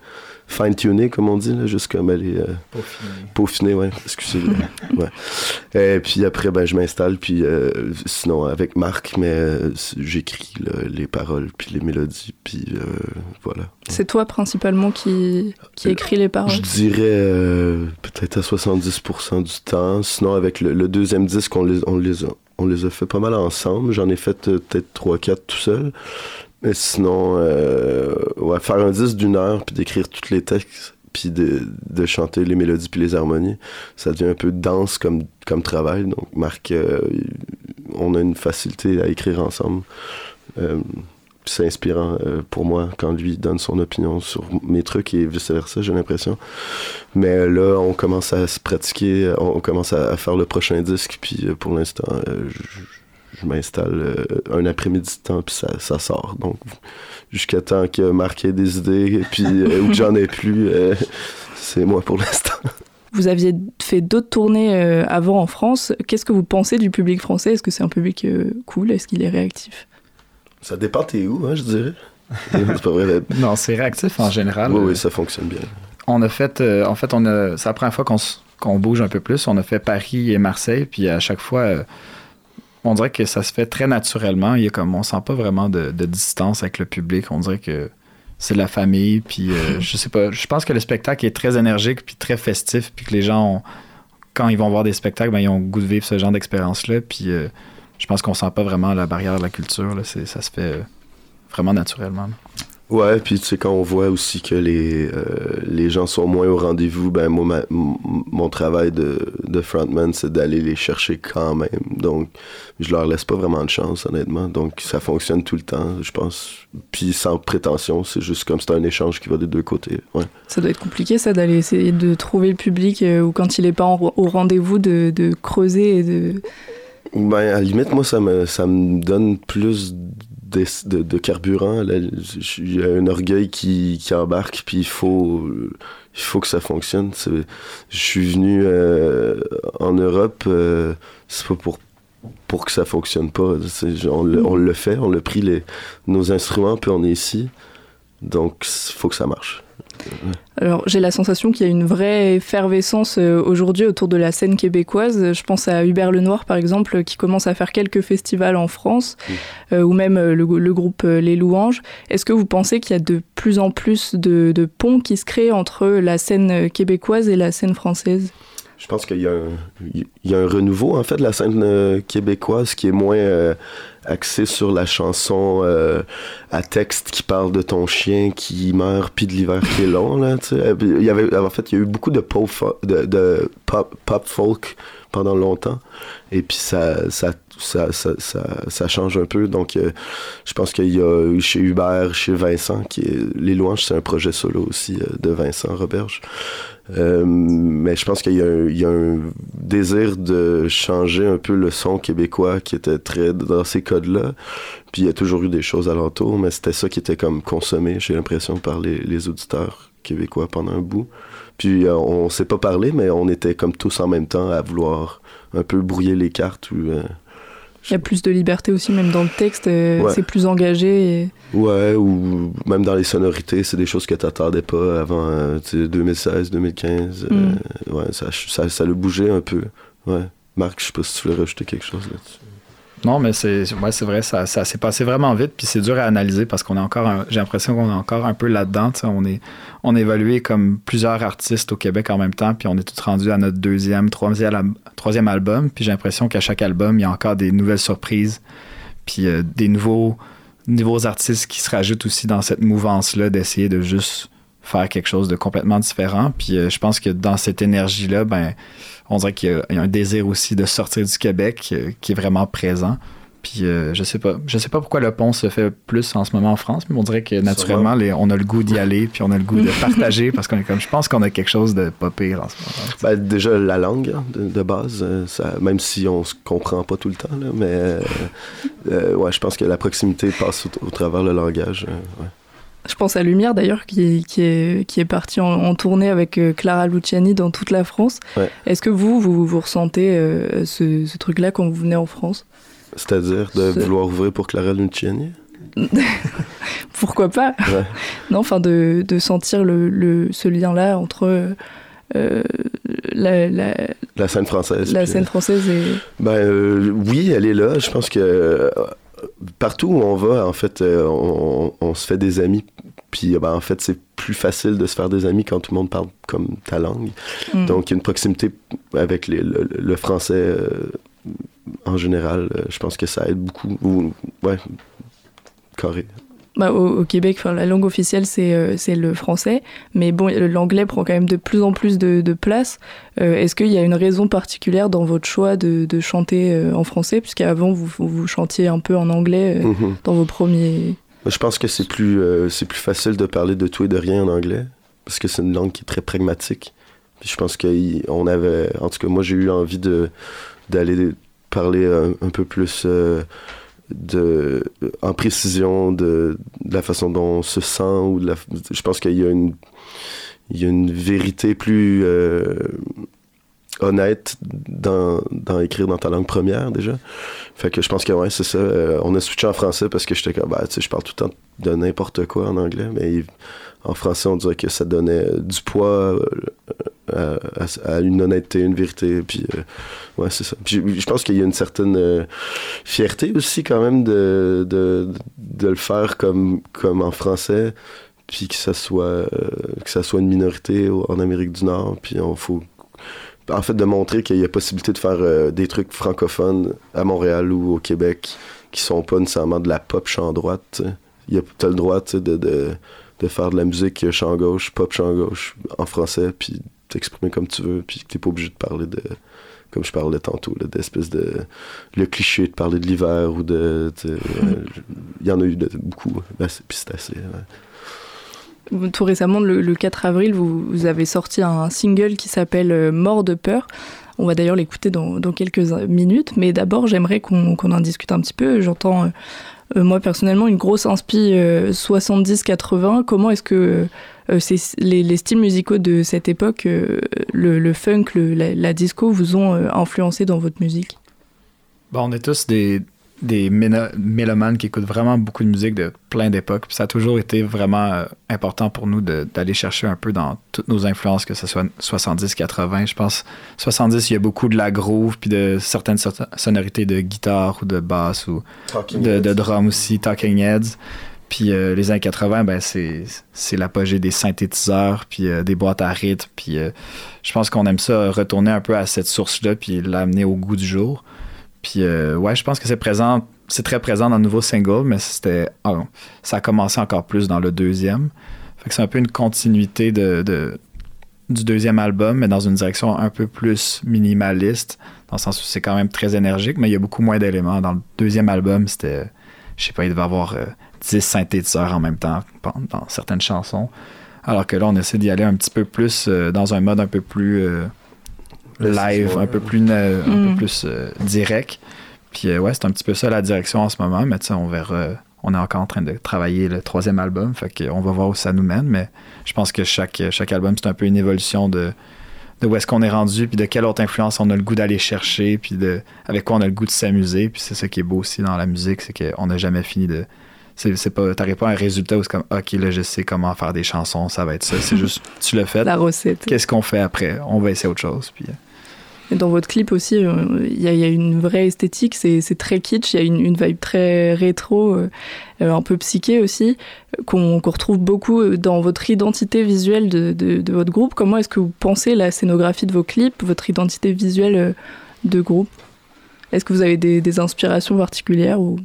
J: fine-tuner, comme on dit, là, juste comme elle est peaufinée, ouais, excusez-moi. Ouais. Et puis après, je m'installe, puis sinon avec Marc, mais j'écris là, les paroles, puis les mélodies, puis voilà.
I: C'est toi principalement qui écrit les paroles?
J: Je dirais peut-être à 70% du temps. Sinon, avec le deuxième disque, on les a fait pas mal ensemble. J'en ai fait peut-être 3-4 tout seul. Mais sinon, faire un disque d'1 heure, puis d'écrire tous les textes, puis de chanter les mélodies puis les harmonies, ça devient un peu dense comme travail. Donc, Marc, on a une facilité à écrire ensemble. C'est inspirant pour moi quand lui donne son opinion sur mes trucs et vice-versa, j'ai l'impression. Mais là, on commence à se pratiquer, on commence à faire le prochain disque, puis pour l'instant, je m'installe un après-midi de temps, puis ça sort. Donc, jusqu'à temps que Marc ait des idées, puis ou que j'en ai plus, c'est moi pour l'instant.
I: Vous aviez fait d'autres tournées avant en France. Qu'est-ce que vous pensez du public français? Est-ce que c'est un public cool? Est-ce qu'il est réactif?
J: Ça dépend t'es où, hein, je dirais. C'est pas vrai.
K: Non, c'est réactif en général.
J: Oui, ça fonctionne bien.
K: On a fait, c'est la première fois qu'on bouge un peu plus. On a fait Paris et Marseille, puis à chaque fois, on dirait que ça se fait très naturellement. On sent pas vraiment de distance avec le public. On dirait que c'est la famille, puis je sais pas. Je pense que le spectacle est très énergique, puis très festif, puis que les gens, quand ils vont voir des spectacles, ils ont le goût de vivre ce genre d'expérience-là, puis je pense qu'on sent pas vraiment la barrière de la culture. Là. Ça se fait vraiment naturellement.
J: Ouais, puis tu sais, quand on voit aussi que les gens sont moins au rendez-vous, moi, mon travail de frontman, c'est d'aller les chercher quand même. Donc, je leur laisse pas vraiment de chance, honnêtement. Donc, ça fonctionne tout le temps, je pense. Puis sans prétention, c'est juste comme c'est un échange qui va des deux côtés. Ouais.
I: Ça doit être compliqué, ça, d'aller essayer de trouver le public ou quand il est pas au rendez-vous, de creuser et de...
J: À la limite, moi, ça me donne plus de carburant. Il y a un orgueil qui embarque, puis il faut que ça fonctionne. Je suis venu en Europe, c'est pas pour que ça fonctionne pas. On le fait, on a pris nos instruments, puis on est ici. Donc, il faut que ça marche.
I: Alors, j'ai la sensation qu'il y a une vraie effervescence aujourd'hui autour de la scène québécoise. Je pense à Hubert Lenoir, par exemple, qui commence à faire quelques festivals en France, ou même le groupe Les Louanges. Est-ce que vous pensez qu'il y a de plus en plus de ponts qui se créent entre la scène québécoise et la scène française?
J: Je pense qu'il y a un renouveau, en fait, de la scène québécoise qui est moins axé sur la chanson à texte qui parle de ton chien qui meurt puis de l'hiver qui est long, là, tu sais. Il y a eu beaucoup de pop folk pendant longtemps, et puis ça change un peu. Donc je pense qu'il y a eu chez Hubert, chez Vincent, Les Louanges, c'est un projet solo aussi de Vincent Roberge. Mais je pense qu'il y a un désir de changer un peu le son québécois qui était très dans ces codes-là. Puis il y a toujours eu des choses alentour, mais c'était ça qui était comme consommé, j'ai l'impression, par les auditeurs québécois pendant un bout. Puis on s'est pas parlé, mais on était comme tous en même temps à vouloir un peu brouiller les cartes.
I: Il y a plus de liberté aussi, même dans le texte, c'est plus engagé. Et...
J: Ouais, ou même dans les sonorités, c'est des choses que t'attendais pas avant 2016, 2015. Ouais, ça l'a bougé un peu. Ouais. Marc, je sais pas si tu voulais rajouter quelque chose là-dessus.
K: Non, mais c'est vrai, ça s'est passé vraiment vite, puis c'est dur à analyser parce qu'on est encore, j'ai l'impression qu'on est encore un peu là-dedans. On a évolué comme plusieurs artistes au Québec en même temps, puis on est tous rendus à notre troisième album, puis j'ai l'impression qu'à chaque album, il y a encore des nouvelles surprises, puis des nouveaux artistes qui se rajoutent aussi dans cette mouvance-là d'essayer de juste faire quelque chose de complètement différent. Puis je pense que dans cette énergie-là, on dirait qu'il y a un désir aussi de sortir du Québec qui est vraiment présent. Puis je sais pas pourquoi le pont se fait plus en ce moment en France, mais on dirait que naturellement, on a le goût d'y aller, puis on a le goût de partager, parce qu'on est comme, je pense qu'on a quelque chose de pas pire en ce moment.
J: Déjà, la langue, de base, même si on se comprend pas tout le temps, là, mais je pense que la proximité passe au travers le langage. Ouais.
I: Je pense à Lumière d'ailleurs qui est parti en tournée avec Clara Luciani dans toute la France. Ouais. Est-ce que vous ressentez ce truc-là quand vous venez en France?
J: C'est-à-dire de vouloir ouvrir pour Clara Luciani?
I: Pourquoi pas? Ouais. Non, enfin de sentir ce lien-là entre
J: la scène française.
I: La scène française et...
J: oui, elle est là. Je pense que partout où on va, en fait, on se fait des amis. Puis, en fait, c'est plus facile de se faire des amis quand tout le monde parle comme ta langue. Donc, il y a une proximité avec le français en général. Je pense que ça aide beaucoup. Ouais, carré.
I: Au Québec, la langue officielle, c'est le français. Mais bon, l'anglais prend quand même de plus en plus de place. Est-ce qu'il y a une raison particulière dans votre choix de chanter en français? Puisqu'avant, vous chantiez un peu en anglais dans vos premiers...
J: Je pense que c'est plus facile de parler de tout et de rien en anglais, parce que c'est une langue qui est très pragmatique. Puis je pense qu'on avait... En tout cas, moi, j'ai eu envie d'aller parler un peu plus en précision de la façon dont on se sent. Je pense qu'il y a une vérité plus honnête dans écrire dans ta langue première, déjà. Fait que je pense que, ouais, c'est ça. On a switché en français parce que j'étais comme, tu sais, je parle tout le temps de n'importe quoi en anglais, mais en français, on dirait que ça donnait du poids à une honnêteté, une vérité, puis ouais, c'est ça. Puis je pense qu'il y a une certaine fierté aussi, quand même, de le faire comme en français, puis que ça soit une minorité en Amérique du Nord, puis en fait, de montrer qu'il y a possibilité de faire des trucs francophones à Montréal ou au Québec qui sont pas nécessairement de la pop chant droite. T'as le droit de faire de la musique chant gauche, pop chant gauche en français, puis t'exprimer comme tu veux, puis t'es pas obligé de parler de, comme je parlais tantôt, là, d'espèce de le cliché de parler de l'hiver ou il y en a eu beaucoup, puis c'est assez... Ouais.
I: Tout récemment, le 4 avril, vous avez sorti un single qui s'appelle « Mort de peur ». On va d'ailleurs l'écouter dans quelques minutes, mais d'abord, j'aimerais qu'on en discute un petit peu. J'entends, moi, personnellement, une grosse inspi 70-80. Comment est-ce que les styles musicaux de cette époque, le funk, la disco, vous ont influencé dans votre musique?
K: On est tous des mélomanes qui écoutent vraiment beaucoup de musique de plein d'époques. Puis ça a toujours été vraiment important pour nous d'aller chercher un peu dans toutes nos influences, que ce soit 70-80. Je pense 70, il y a beaucoup de la groove, puis de certaines sonorités de guitare ou de basse ou de drum aussi, Talking Heads. Puis les années 80, c'est l'apogée des synthétiseurs, puis des boîtes à rythme. Puis je pense qu'on aime ça, retourner un peu à cette source-là, puis l'amener au goût du jour. Puis ouais, je pense que c'est très présent dans le nouveau single, mais ça a commencé encore plus dans le deuxième. Fait que c'est un peu une continuité du deuxième album, mais dans une direction un peu plus minimaliste, dans le sens où c'est quand même très énergique, mais il y a beaucoup moins d'éléments. Dans le deuxième album, c'était, je sais pas, il devait y avoir 10 synthétiseurs en même temps dans certaines chansons. Alors que là, on essaie d'y aller un petit peu plus dans un mode un peu plus... live, un peu plus direct. Puis ouais, c'est un petit peu ça la direction en ce moment, mais tu sais, on verra. On est encore en train de travailler le troisième album, fait qu'on va voir où ça nous mène, mais je pense que chaque album, c'est un peu une évolution de où est-ce qu'on est rendu, puis de quelle autre influence on a le goût d'aller chercher, puis avec quoi on a le goût de s'amuser. Puis c'est ça qui est beau aussi dans la musique, c'est qu'on n'a jamais fini de... t'arrives pas à un résultat où c'est comme OK, là je sais comment faire des chansons, ça va être ça, c'est juste tu l'as fait,
I: la recette.
K: Qu'est-ce qu'on fait après? On va essayer autre chose. Puis
I: et dans votre clip aussi, il y a une vraie esthétique, c'est très kitsch, il y a une vibe très rétro, un peu psyché aussi, qu'on retrouve beaucoup dans votre identité visuelle de votre groupe. Comment est-ce que vous pensez la scénographie de vos clips, votre identité visuelle de groupe? Est-ce que vous avez des inspirations particulières ou...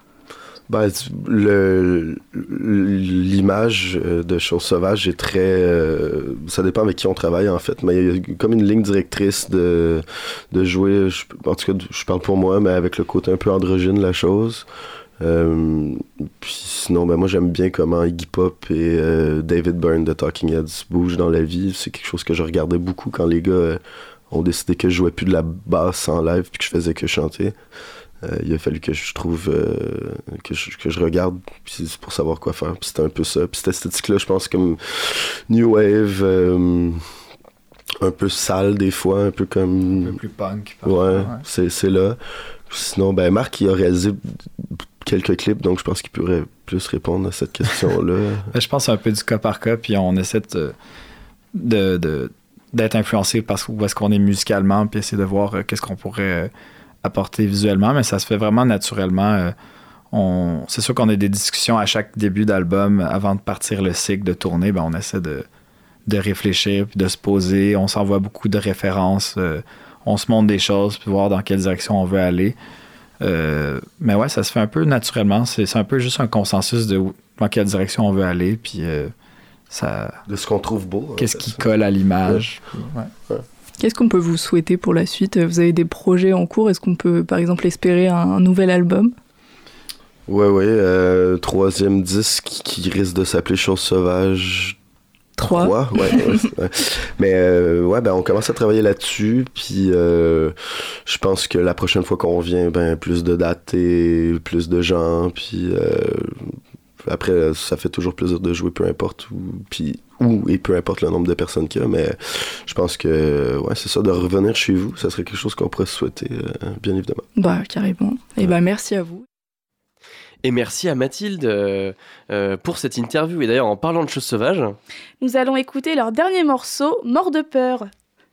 J: L'image de Chose Sauvage est très... ça dépend avec qui on travaille, en fait, mais il y a comme une ligne directrice de jouer, en tout cas, je parle pour moi, mais avec le côté un peu androgyne de la chose. Puis sinon, moi, j'aime bien comment Iggy Pop et David Byrne de Talking Heads bougent dans la vie. C'est quelque chose que je regardais beaucoup quand les gars ont décidé que je jouais plus de la basse en live puis que je faisais que chanter. Il a fallu que je trouve que je regarde pour savoir quoi faire. Puis c'était un peu ça. Puis cette esthétique-là, je pense, comme New Wave, un peu sale des fois, un peu comme...
K: Un peu plus punk.
J: Ouais, c'est là. Sinon, Marc, il a réalisé quelques clips, donc je pense qu'il pourrait plus répondre à cette question-là.
K: Je pense que c'est un peu du cas par cas, puis on essaie d'être influencé par où est-ce qu'on est musicalement, puis essayer de voir qu'est-ce qu'on pourrait apporter visuellement, mais ça se fait vraiment naturellement. C'est sûr qu'on a des discussions à chaque début d'album avant de partir le cycle de tournée. On essaie de réfléchir puis de se poser. On s'envoie beaucoup de références. On se montre des choses puis voir dans quelle direction on veut aller. Mais ouais, ça se fait un peu naturellement. C'est un peu juste un consensus de dans quelle direction on veut aller. Puis ça.
J: De ce qu'on trouve beau.
K: Qu'est-ce qui colle à l'image.
J: Ouais.
I: Qu'est-ce qu'on peut vous souhaiter pour la suite? Vous avez des projets en cours? Est-ce qu'on peut, par exemple, espérer un nouvel album?
J: Ouais, 3e disque qui risque de s'appeler Chose Sauvage 3. Ouais. Mais on commence à travailler là-dessus, puis je pense que la prochaine fois qu'on revient, plus de dates et plus de gens, puis après, ça fait toujours plaisir de jouer, peu importe où et peu importe le nombre de personnes qu'il y a, mais je pense que c'est ça, de revenir chez vous, ça serait quelque chose qu'on pourrait souhaiter, bien évidemment.
I: Carrément. Et merci à vous.
D: Et merci à Mathilde pour cette interview. Et d'ailleurs, en parlant de Choses Sauvages,
H: nous allons écouter leur dernier morceau, Mort de peur.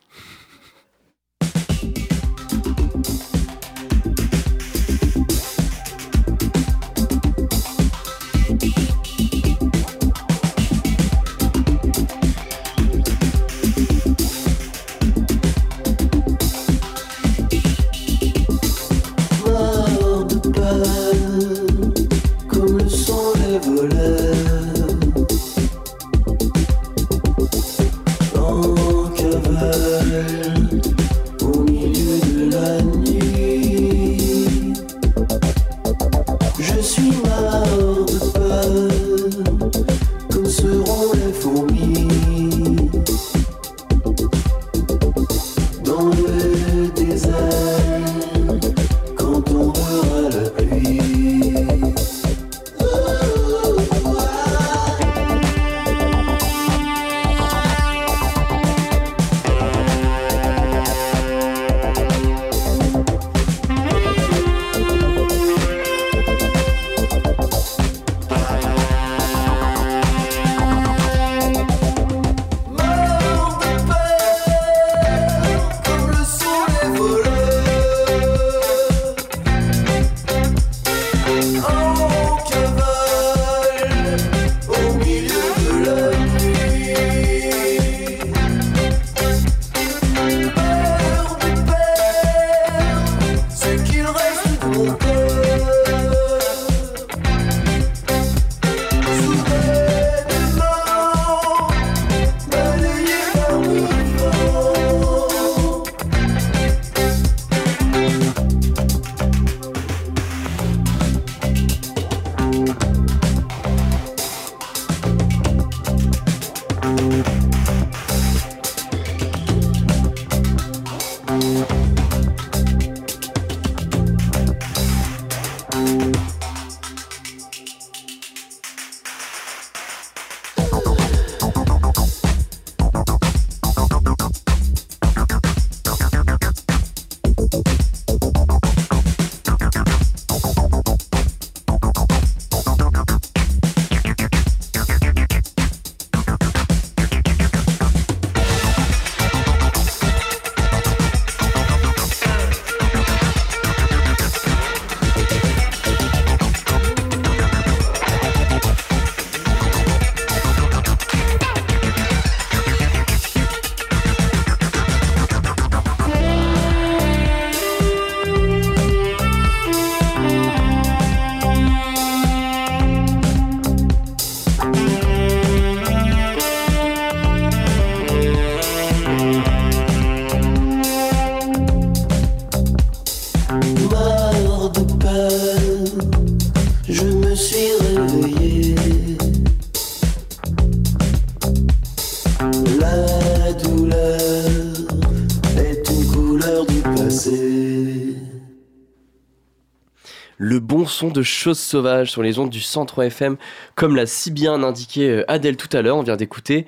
D: Le bon son de Choses Sauvages sur les ondes du 103 FM, comme l'a si bien indiqué Adèle tout à l'heure. On vient d'écouter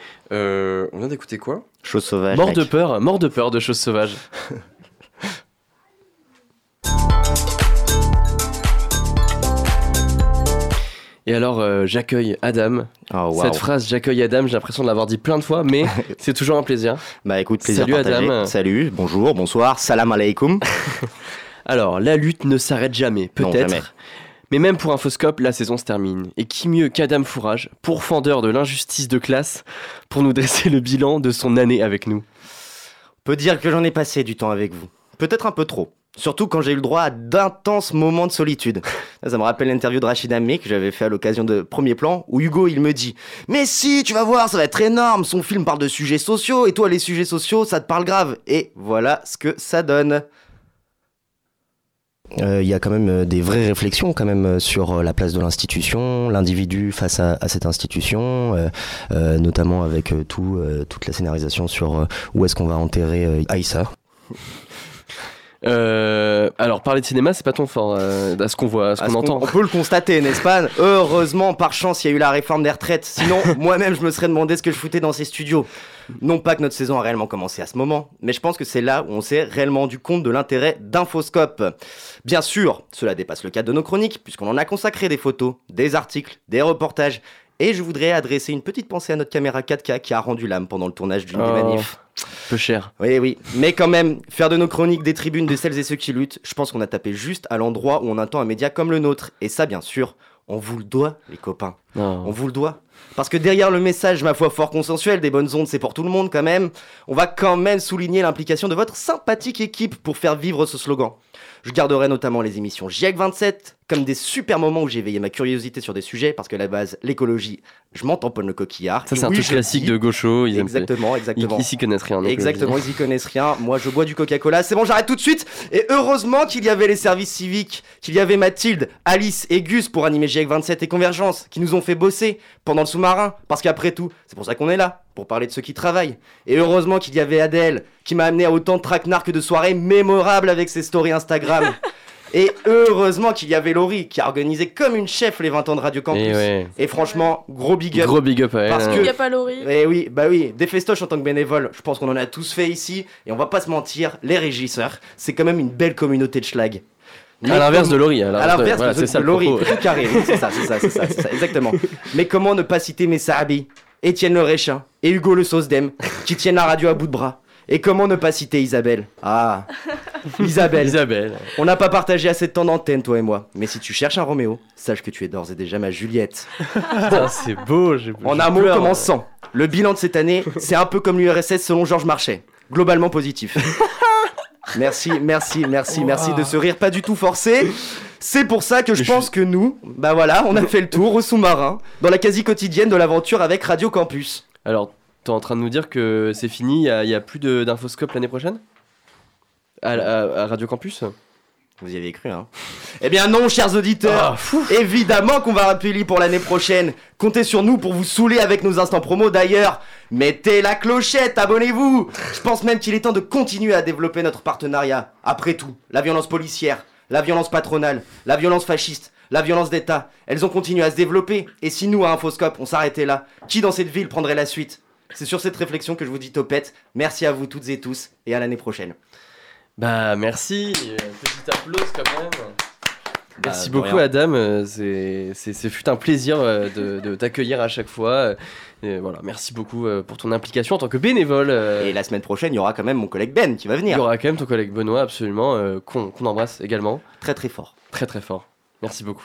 D: quoi?
L: Choses Sauvages.
D: Mort de peur de Choses Sauvages. Et alors, j'accueille Adam.
L: Oh, wow.
D: Cette phrase, j'accueille Adam, j'ai l'impression de l'avoir dit plein de fois, mais c'est toujours un plaisir.
L: Bah écoute, plaisir
D: Salut
L: partagé.
D: Adam.
L: Salut, bonjour, bonsoir, salam alaikum.
D: Alors, la lutte ne s'arrête jamais,
L: Non,
D: peut-être.
L: jamais.
D: Mais même pour Infoscope, la saison se termine. Et qui mieux qu'Adam Fourage, pourfendeur de l'injustice de classe, pour nous dresser le bilan de son année avec nous.
L: On peut dire que j'en ai passé du temps avec vous. Peut-être un peu trop. Surtout quand j'ai eu le droit à d'intenses moments de solitude. Ça me rappelle l'interview de Rachid Amé que j'avais fait à l'occasion de Premier Plan, où Hugo, il me dit « Mais si, tu vas voir, ça va être énorme, son film parle de sujets sociaux, et toi, les sujets sociaux, ça te parle grave. » Et voilà ce que ça donne. Il y a quand même des vraies réflexions quand même sur la place de l'institution, l'individu face à cette institution, notamment avec toute la scénarisation sur où est-ce qu'on va enterrer Aïssa.
D: Alors parler de cinéma, c'est pas ton fort, à ce qu'on voit, à ce qu'on entend.
L: On peut le constater, n'est-ce pas? Heureusement, par chance, il y a eu la réforme des retraites. Sinon, moi-même, je me serais demandé ce que je foutais dans ces studios. Non pas que notre saison a réellement commencé à ce moment, mais je pense que c'est là où on s'est réellement rendu compte de l'intérêt d'Infoscope. Bien sûr, cela dépasse le cadre de nos chroniques, puisqu'on en a consacré des photos, des articles, des reportages. Et je voudrais adresser une petite pensée à notre caméra 4K qui a rendu l'âme pendant le tournage d'une des manifs.
D: Peu cher.
L: Oui, mais quand même, faire de nos chroniques des tribunes de celles et ceux qui luttent, je pense qu'on a tapé juste à l'endroit où on attend un média comme le nôtre. Et ça, bien sûr, on vous le doit, les copains. On vous le doit. Parce que derrière le message, ma foi, fort consensuel des bonnes ondes, c'est pour tout le monde quand même, on va quand même souligner l'implication de votre sympathique équipe pour faire vivre ce slogan. Je garderai notamment les émissions GIEC 27 comme des super moments où j'ai éveillé ma curiosité sur des sujets, parce que à la base, l'écologie, je m'en tamponne le coquillard.
D: Ça, c'est un truc classique de gauchos.
L: Exactement.
D: Ils s'y connaissent rien.
L: Exactement, ils y connaissent rien. Moi, je bois du Coca-Cola. C'est bon, j'arrête tout de suite. Et heureusement qu'il y avait les services civiques, qu'il y avait Mathilde, Alice et Gus pour animer GIEC 27 et Convergence, qui nous ont fait bosser pendant le sous-marin. Parce qu'après tout, c'est pour ça qu'on est là, pour parler de ceux qui travaillent. Et heureusement qu'il y avait Adèle, qui m'a amené à autant de traquenards que de soirées mémorables avec ses stories Instagram. Et heureusement qu'il y avait Laurie qui a organisé comme une chef les 20 ans de Radio Campus. Et franchement, gros big up.
D: Gros big up à elle.
H: Parce qu'il n'y a pas Laurie.
L: Et oui, des festoches en tant que bénévole, je pense qu'on en a tous fait ici. Et on va pas se mentir, les régisseurs, c'est quand même une belle communauté de schlag.
D: À l'inverse de Laurie.
L: À l'inverse de Laurie, tout carré, c'est ça, exactement. Mais comment ne pas citer mes sahabis, Étienne Le Réchin et Hugo Le Sosdem, qui tiennent la radio à bout de bras. Et comment ne pas citer Isabelle? Ah, Isabelle. On n'a pas partagé assez de temps d'antenne, toi et moi. Mais si tu cherches un Roméo, sache que tu es d'ores et déjà ma Juliette.
D: Putain, c'est beau.
L: En un mot comme en 100. Le bilan de cette année, c'est un peu comme l'URSS selon Georges Marchais. Globalement positif. Merci de ce rire pas du tout forcé. C'est pour ça que je pense que nous, on a fait le tour au sous-marin, dans la quasi quotidienne de l'aventure avec Radio Campus.
D: Alors, t'es en train de nous dire que c'est fini, il y a plus d'Infoscope l'année prochaine à Radio Campus?
L: Vous y avez cru, hein? Eh bien non, chers auditeurs, évidemment qu'on va rappeler pour l'année prochaine. Comptez sur nous pour vous saouler avec nos instants promo. D'ailleurs, mettez la clochette, abonnez-vous. Je pense même qu'il est temps de continuer à développer notre partenariat. Après tout, la violence policière, la violence patronale, la violence fasciste, la violence d'État, elles ont continué à se développer. Et si nous, à Infoscope, on s'arrêtait là, qui dans cette ville prendrait la suite? C'est sur cette réflexion que je vous dis topette. Merci à vous toutes et tous, et à l'année prochaine.
D: Merci, petit applause quand même. Merci beaucoup Adam, c'est fut un plaisir de t'accueillir à chaque fois. Et voilà, merci beaucoup pour ton implication en tant que bénévole.
L: Et la semaine prochaine, il y aura quand même mon collègue Ben qui va venir.
D: Il y aura quand même ton collègue Benoît, absolument, qu'on embrasse également.
L: Très très fort.
D: Très très fort. Merci beaucoup.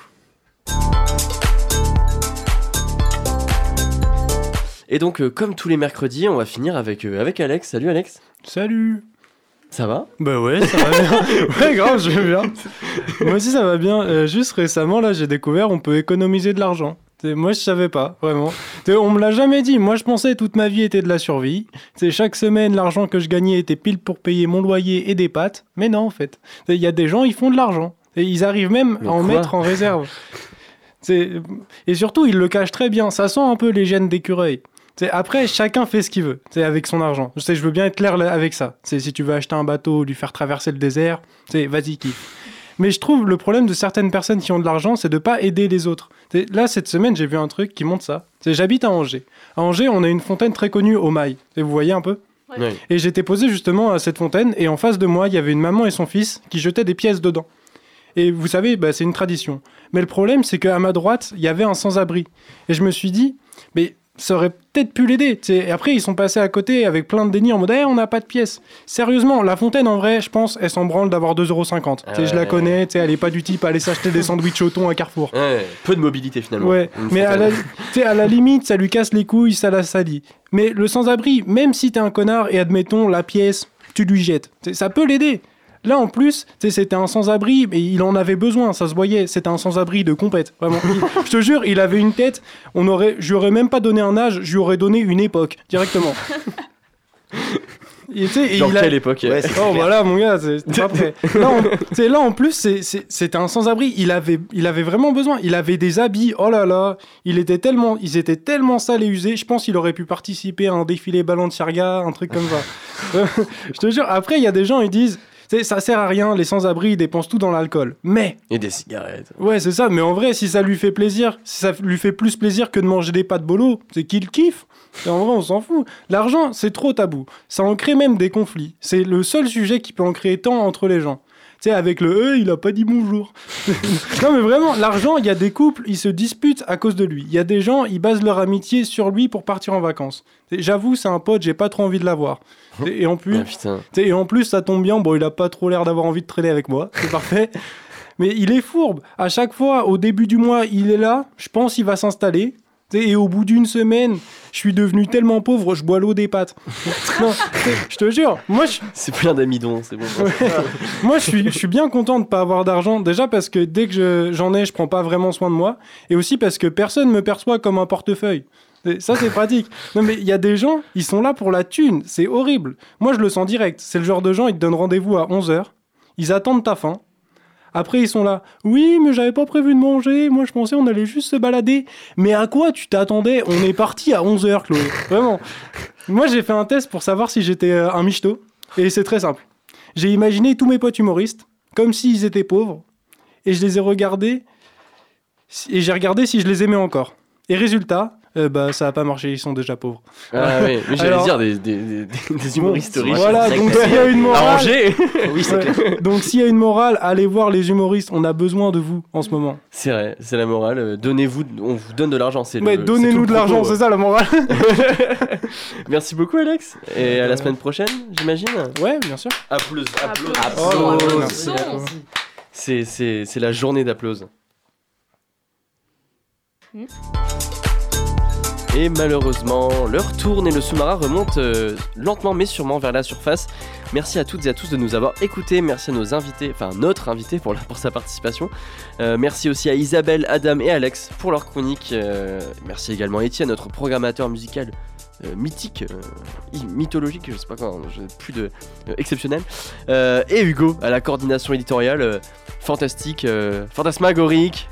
D: Et donc, comme tous les mercredis, on va finir avec Alex. Salut Alex.
M: Salut.
D: Ça va?
M: Bah ouais, ça va bien. Ouais, grave, je vais bien. Moi aussi, ça va bien. Juste récemment, là, j'ai découvert on peut économiser de l'argent. Moi, je savais pas, vraiment. On me l'a jamais dit. Moi, je pensais toute ma vie était de la survie. Chaque semaine, l'argent que je gagnais était pile pour payer mon loyer et des pâtes. Mais non, en fait. Il y a des gens, ils font de l'argent. Ils arrivent même à en mettre en réserve. Et surtout, ils le cachent très bien. Ça sent un peu les gènes d'écureuil. Après, chacun fait ce qu'il veut avec son argent. Je veux bien être clair avec ça. Si tu veux acheter un bateau, lui faire traverser le désert, vas-y, kiffe. Mais je trouve le problème de certaines personnes qui ont de l'argent, c'est de pas aider les autres. Là, cette semaine, j'ai vu un truc qui montre ça. J'habite à Angers. À Angers, on a une fontaine très connue au Mail. Vous voyez un peu ?
D: Oui.
M: Et j'étais posé justement à cette fontaine, et en face de moi, il y avait une maman et son fils qui jetaient des pièces dedans. Et vous savez, c'est une tradition. Mais le problème, c'est qu'à ma droite, il y avait un sans-abri. Et je me suis dit, mais ça aurait peut-être pu l'aider. Et après, ils sont passés à côté avec plein de déni en mode « on n'a pas de pièces ». Sérieusement, La Fontaine, en vrai, je pense, elle s'en branle d'avoir 2,50 €. Je la connais, elle est pas du type à aller s'acheter des sandwichs au thon à Carrefour.
D: Ouais, peu de mobilité finalement.
M: Ouais, mais à la limite, ça lui casse les couilles, ça la salit. Mais le sans-abri, même si t'es un connard et admettons la pièce, tu lui jettes. Ça peut l'aider. Là, en plus, c'était un sans-abri, mais il en avait besoin, ça se voyait. C'était un sans-abri de compète, vraiment. Je te jure, il avait une tête, je lui aurais même pas donné un âge, je lui aurais donné une époque, directement.
D: Quelle époque
M: Oh, voilà, mon gars, c'est pas prêt. Là, en plus, c'était un sans-abri, il avait vraiment besoin. Il avait des habits, oh là là, ils étaient tellement sales et usés, je pense qu'il aurait pu participer à un défilé Balenciaga, un truc comme ça. Je te jure, après, il y a des gens, ils disent... ça sert à rien, les sans-abri, ils dépensent tout dans l'alcool. Mais...
D: Et des cigarettes.
M: Ouais, c'est ça, mais en vrai, si ça lui fait plaisir, si ça lui fait plus plaisir que de manger des pâtes bolo, c'est qu'il kiffe. Et en vrai, on s'en fout. L'argent, c'est trop tabou. Ça en crée même des conflits. C'est le seul sujet qui peut en créer tant entre les gens. Tu sais, avec le il a pas dit bonjour. Non, mais vraiment, l'argent, il y a des couples, ils se disputent à cause de lui. Il y a des gens, ils basent leur amitié sur lui pour partir en vacances. J'avoue, c'est un pote, j'ai pas trop envie de l'avoir. Et en plus, ça tombe bien, bon, il a pas trop l'air d'avoir envie de traîner avec moi, c'est parfait. Mais il est fourbe. À chaque fois, au début du mois, il est là, je pense qu'il va s'installer. Et au bout d'une semaine, je suis devenu tellement pauvre, je bois l'eau des pâtes. Non, je te jure, moi
D: c'est plein d'amidon, c'est bon.
M: Moi je suis bien content de pas avoir d'argent, déjà parce que dès que j'en ai, je prends pas vraiment soin de moi, et aussi parce que personne me perçoit comme un portefeuille. Ça c'est pratique. Non mais il y a des gens, ils sont là pour la thune, c'est horrible. Moi je le sens direct, c'est le genre de gens, ils te donnent rendez-vous à 11h, ils attendent ta faim. Après, ils sont là. Oui, mais j'avais pas prévu de manger. Moi, je pensais on allait juste se balader. Mais à quoi tu t'attendais ? On est parti à 11h, Chloé. Vraiment. Moi, j'ai fait un test pour savoir si j'étais un michto. Et c'est très simple. J'ai imaginé tous mes potes humoristes comme s'ils étaient pauvres. Et je les ai regardés. Et j'ai regardé si je les aimais encore. Et résultat... ça a pas marché, ils sont déjà pauvres.
D: Ah oui, mais j'allais dire des humoristes riches.
M: Voilà, donc s'il y a une morale...
D: Arrangé. Oui, c'est clair.
M: Donc s'il y a une morale, allez voir les humoristes, on a besoin de vous en ce moment.
D: C'est vrai, c'est la morale. Donnez-vous, on vous donne de l'argent.
M: Donnez-nous de l'argent, c'est ça la morale.
D: Merci beaucoup Alex, et à la semaine prochaine, j'imagine.
M: Ouais, bien sûr.
D: Applause.
M: Oh,
D: c'est la journée d'applause. Et malheureusement, l'heure tourne et le sous-marin remonte lentement mais sûrement vers la surface. Merci à toutes et à tous de nous avoir écoutés. Merci à nos invités, enfin notre invité pour sa participation. Merci aussi à Isabelle, Adam et Alex pour leur chronique. Merci également à Étienne, notre programmateur musical mythique, mythologique, je sais pas quoi, plus de exceptionnel. Et Hugo à la coordination éditoriale, fantastique, fantasmagorique.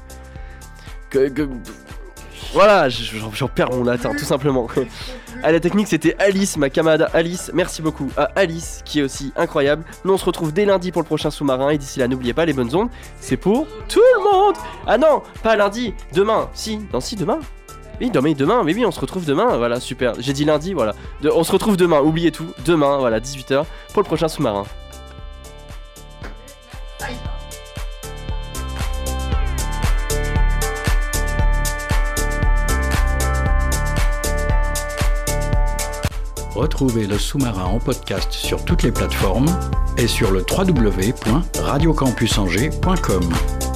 D: Voilà, j'en perds mon latin, tout simplement. À la technique, c'était Alice, ma camarade Alice. Merci beaucoup à Alice, qui est aussi incroyable. Nous, on se retrouve dès lundi pour le prochain sous-marin. Et d'ici là, n'oubliez pas, les bonnes ondes, c'est pour tout le monde. Ah non, pas lundi, demain. Si, demain. Oui, demain, mais oui, on se retrouve demain. Voilà, super. J'ai dit lundi, voilà. On se retrouve demain, oubliez tout. Demain, voilà, 18h, pour le prochain sous-marin.
B: Retrouvez le sous-marin en podcast sur toutes les plateformes et sur le www.radiocampusangers.com.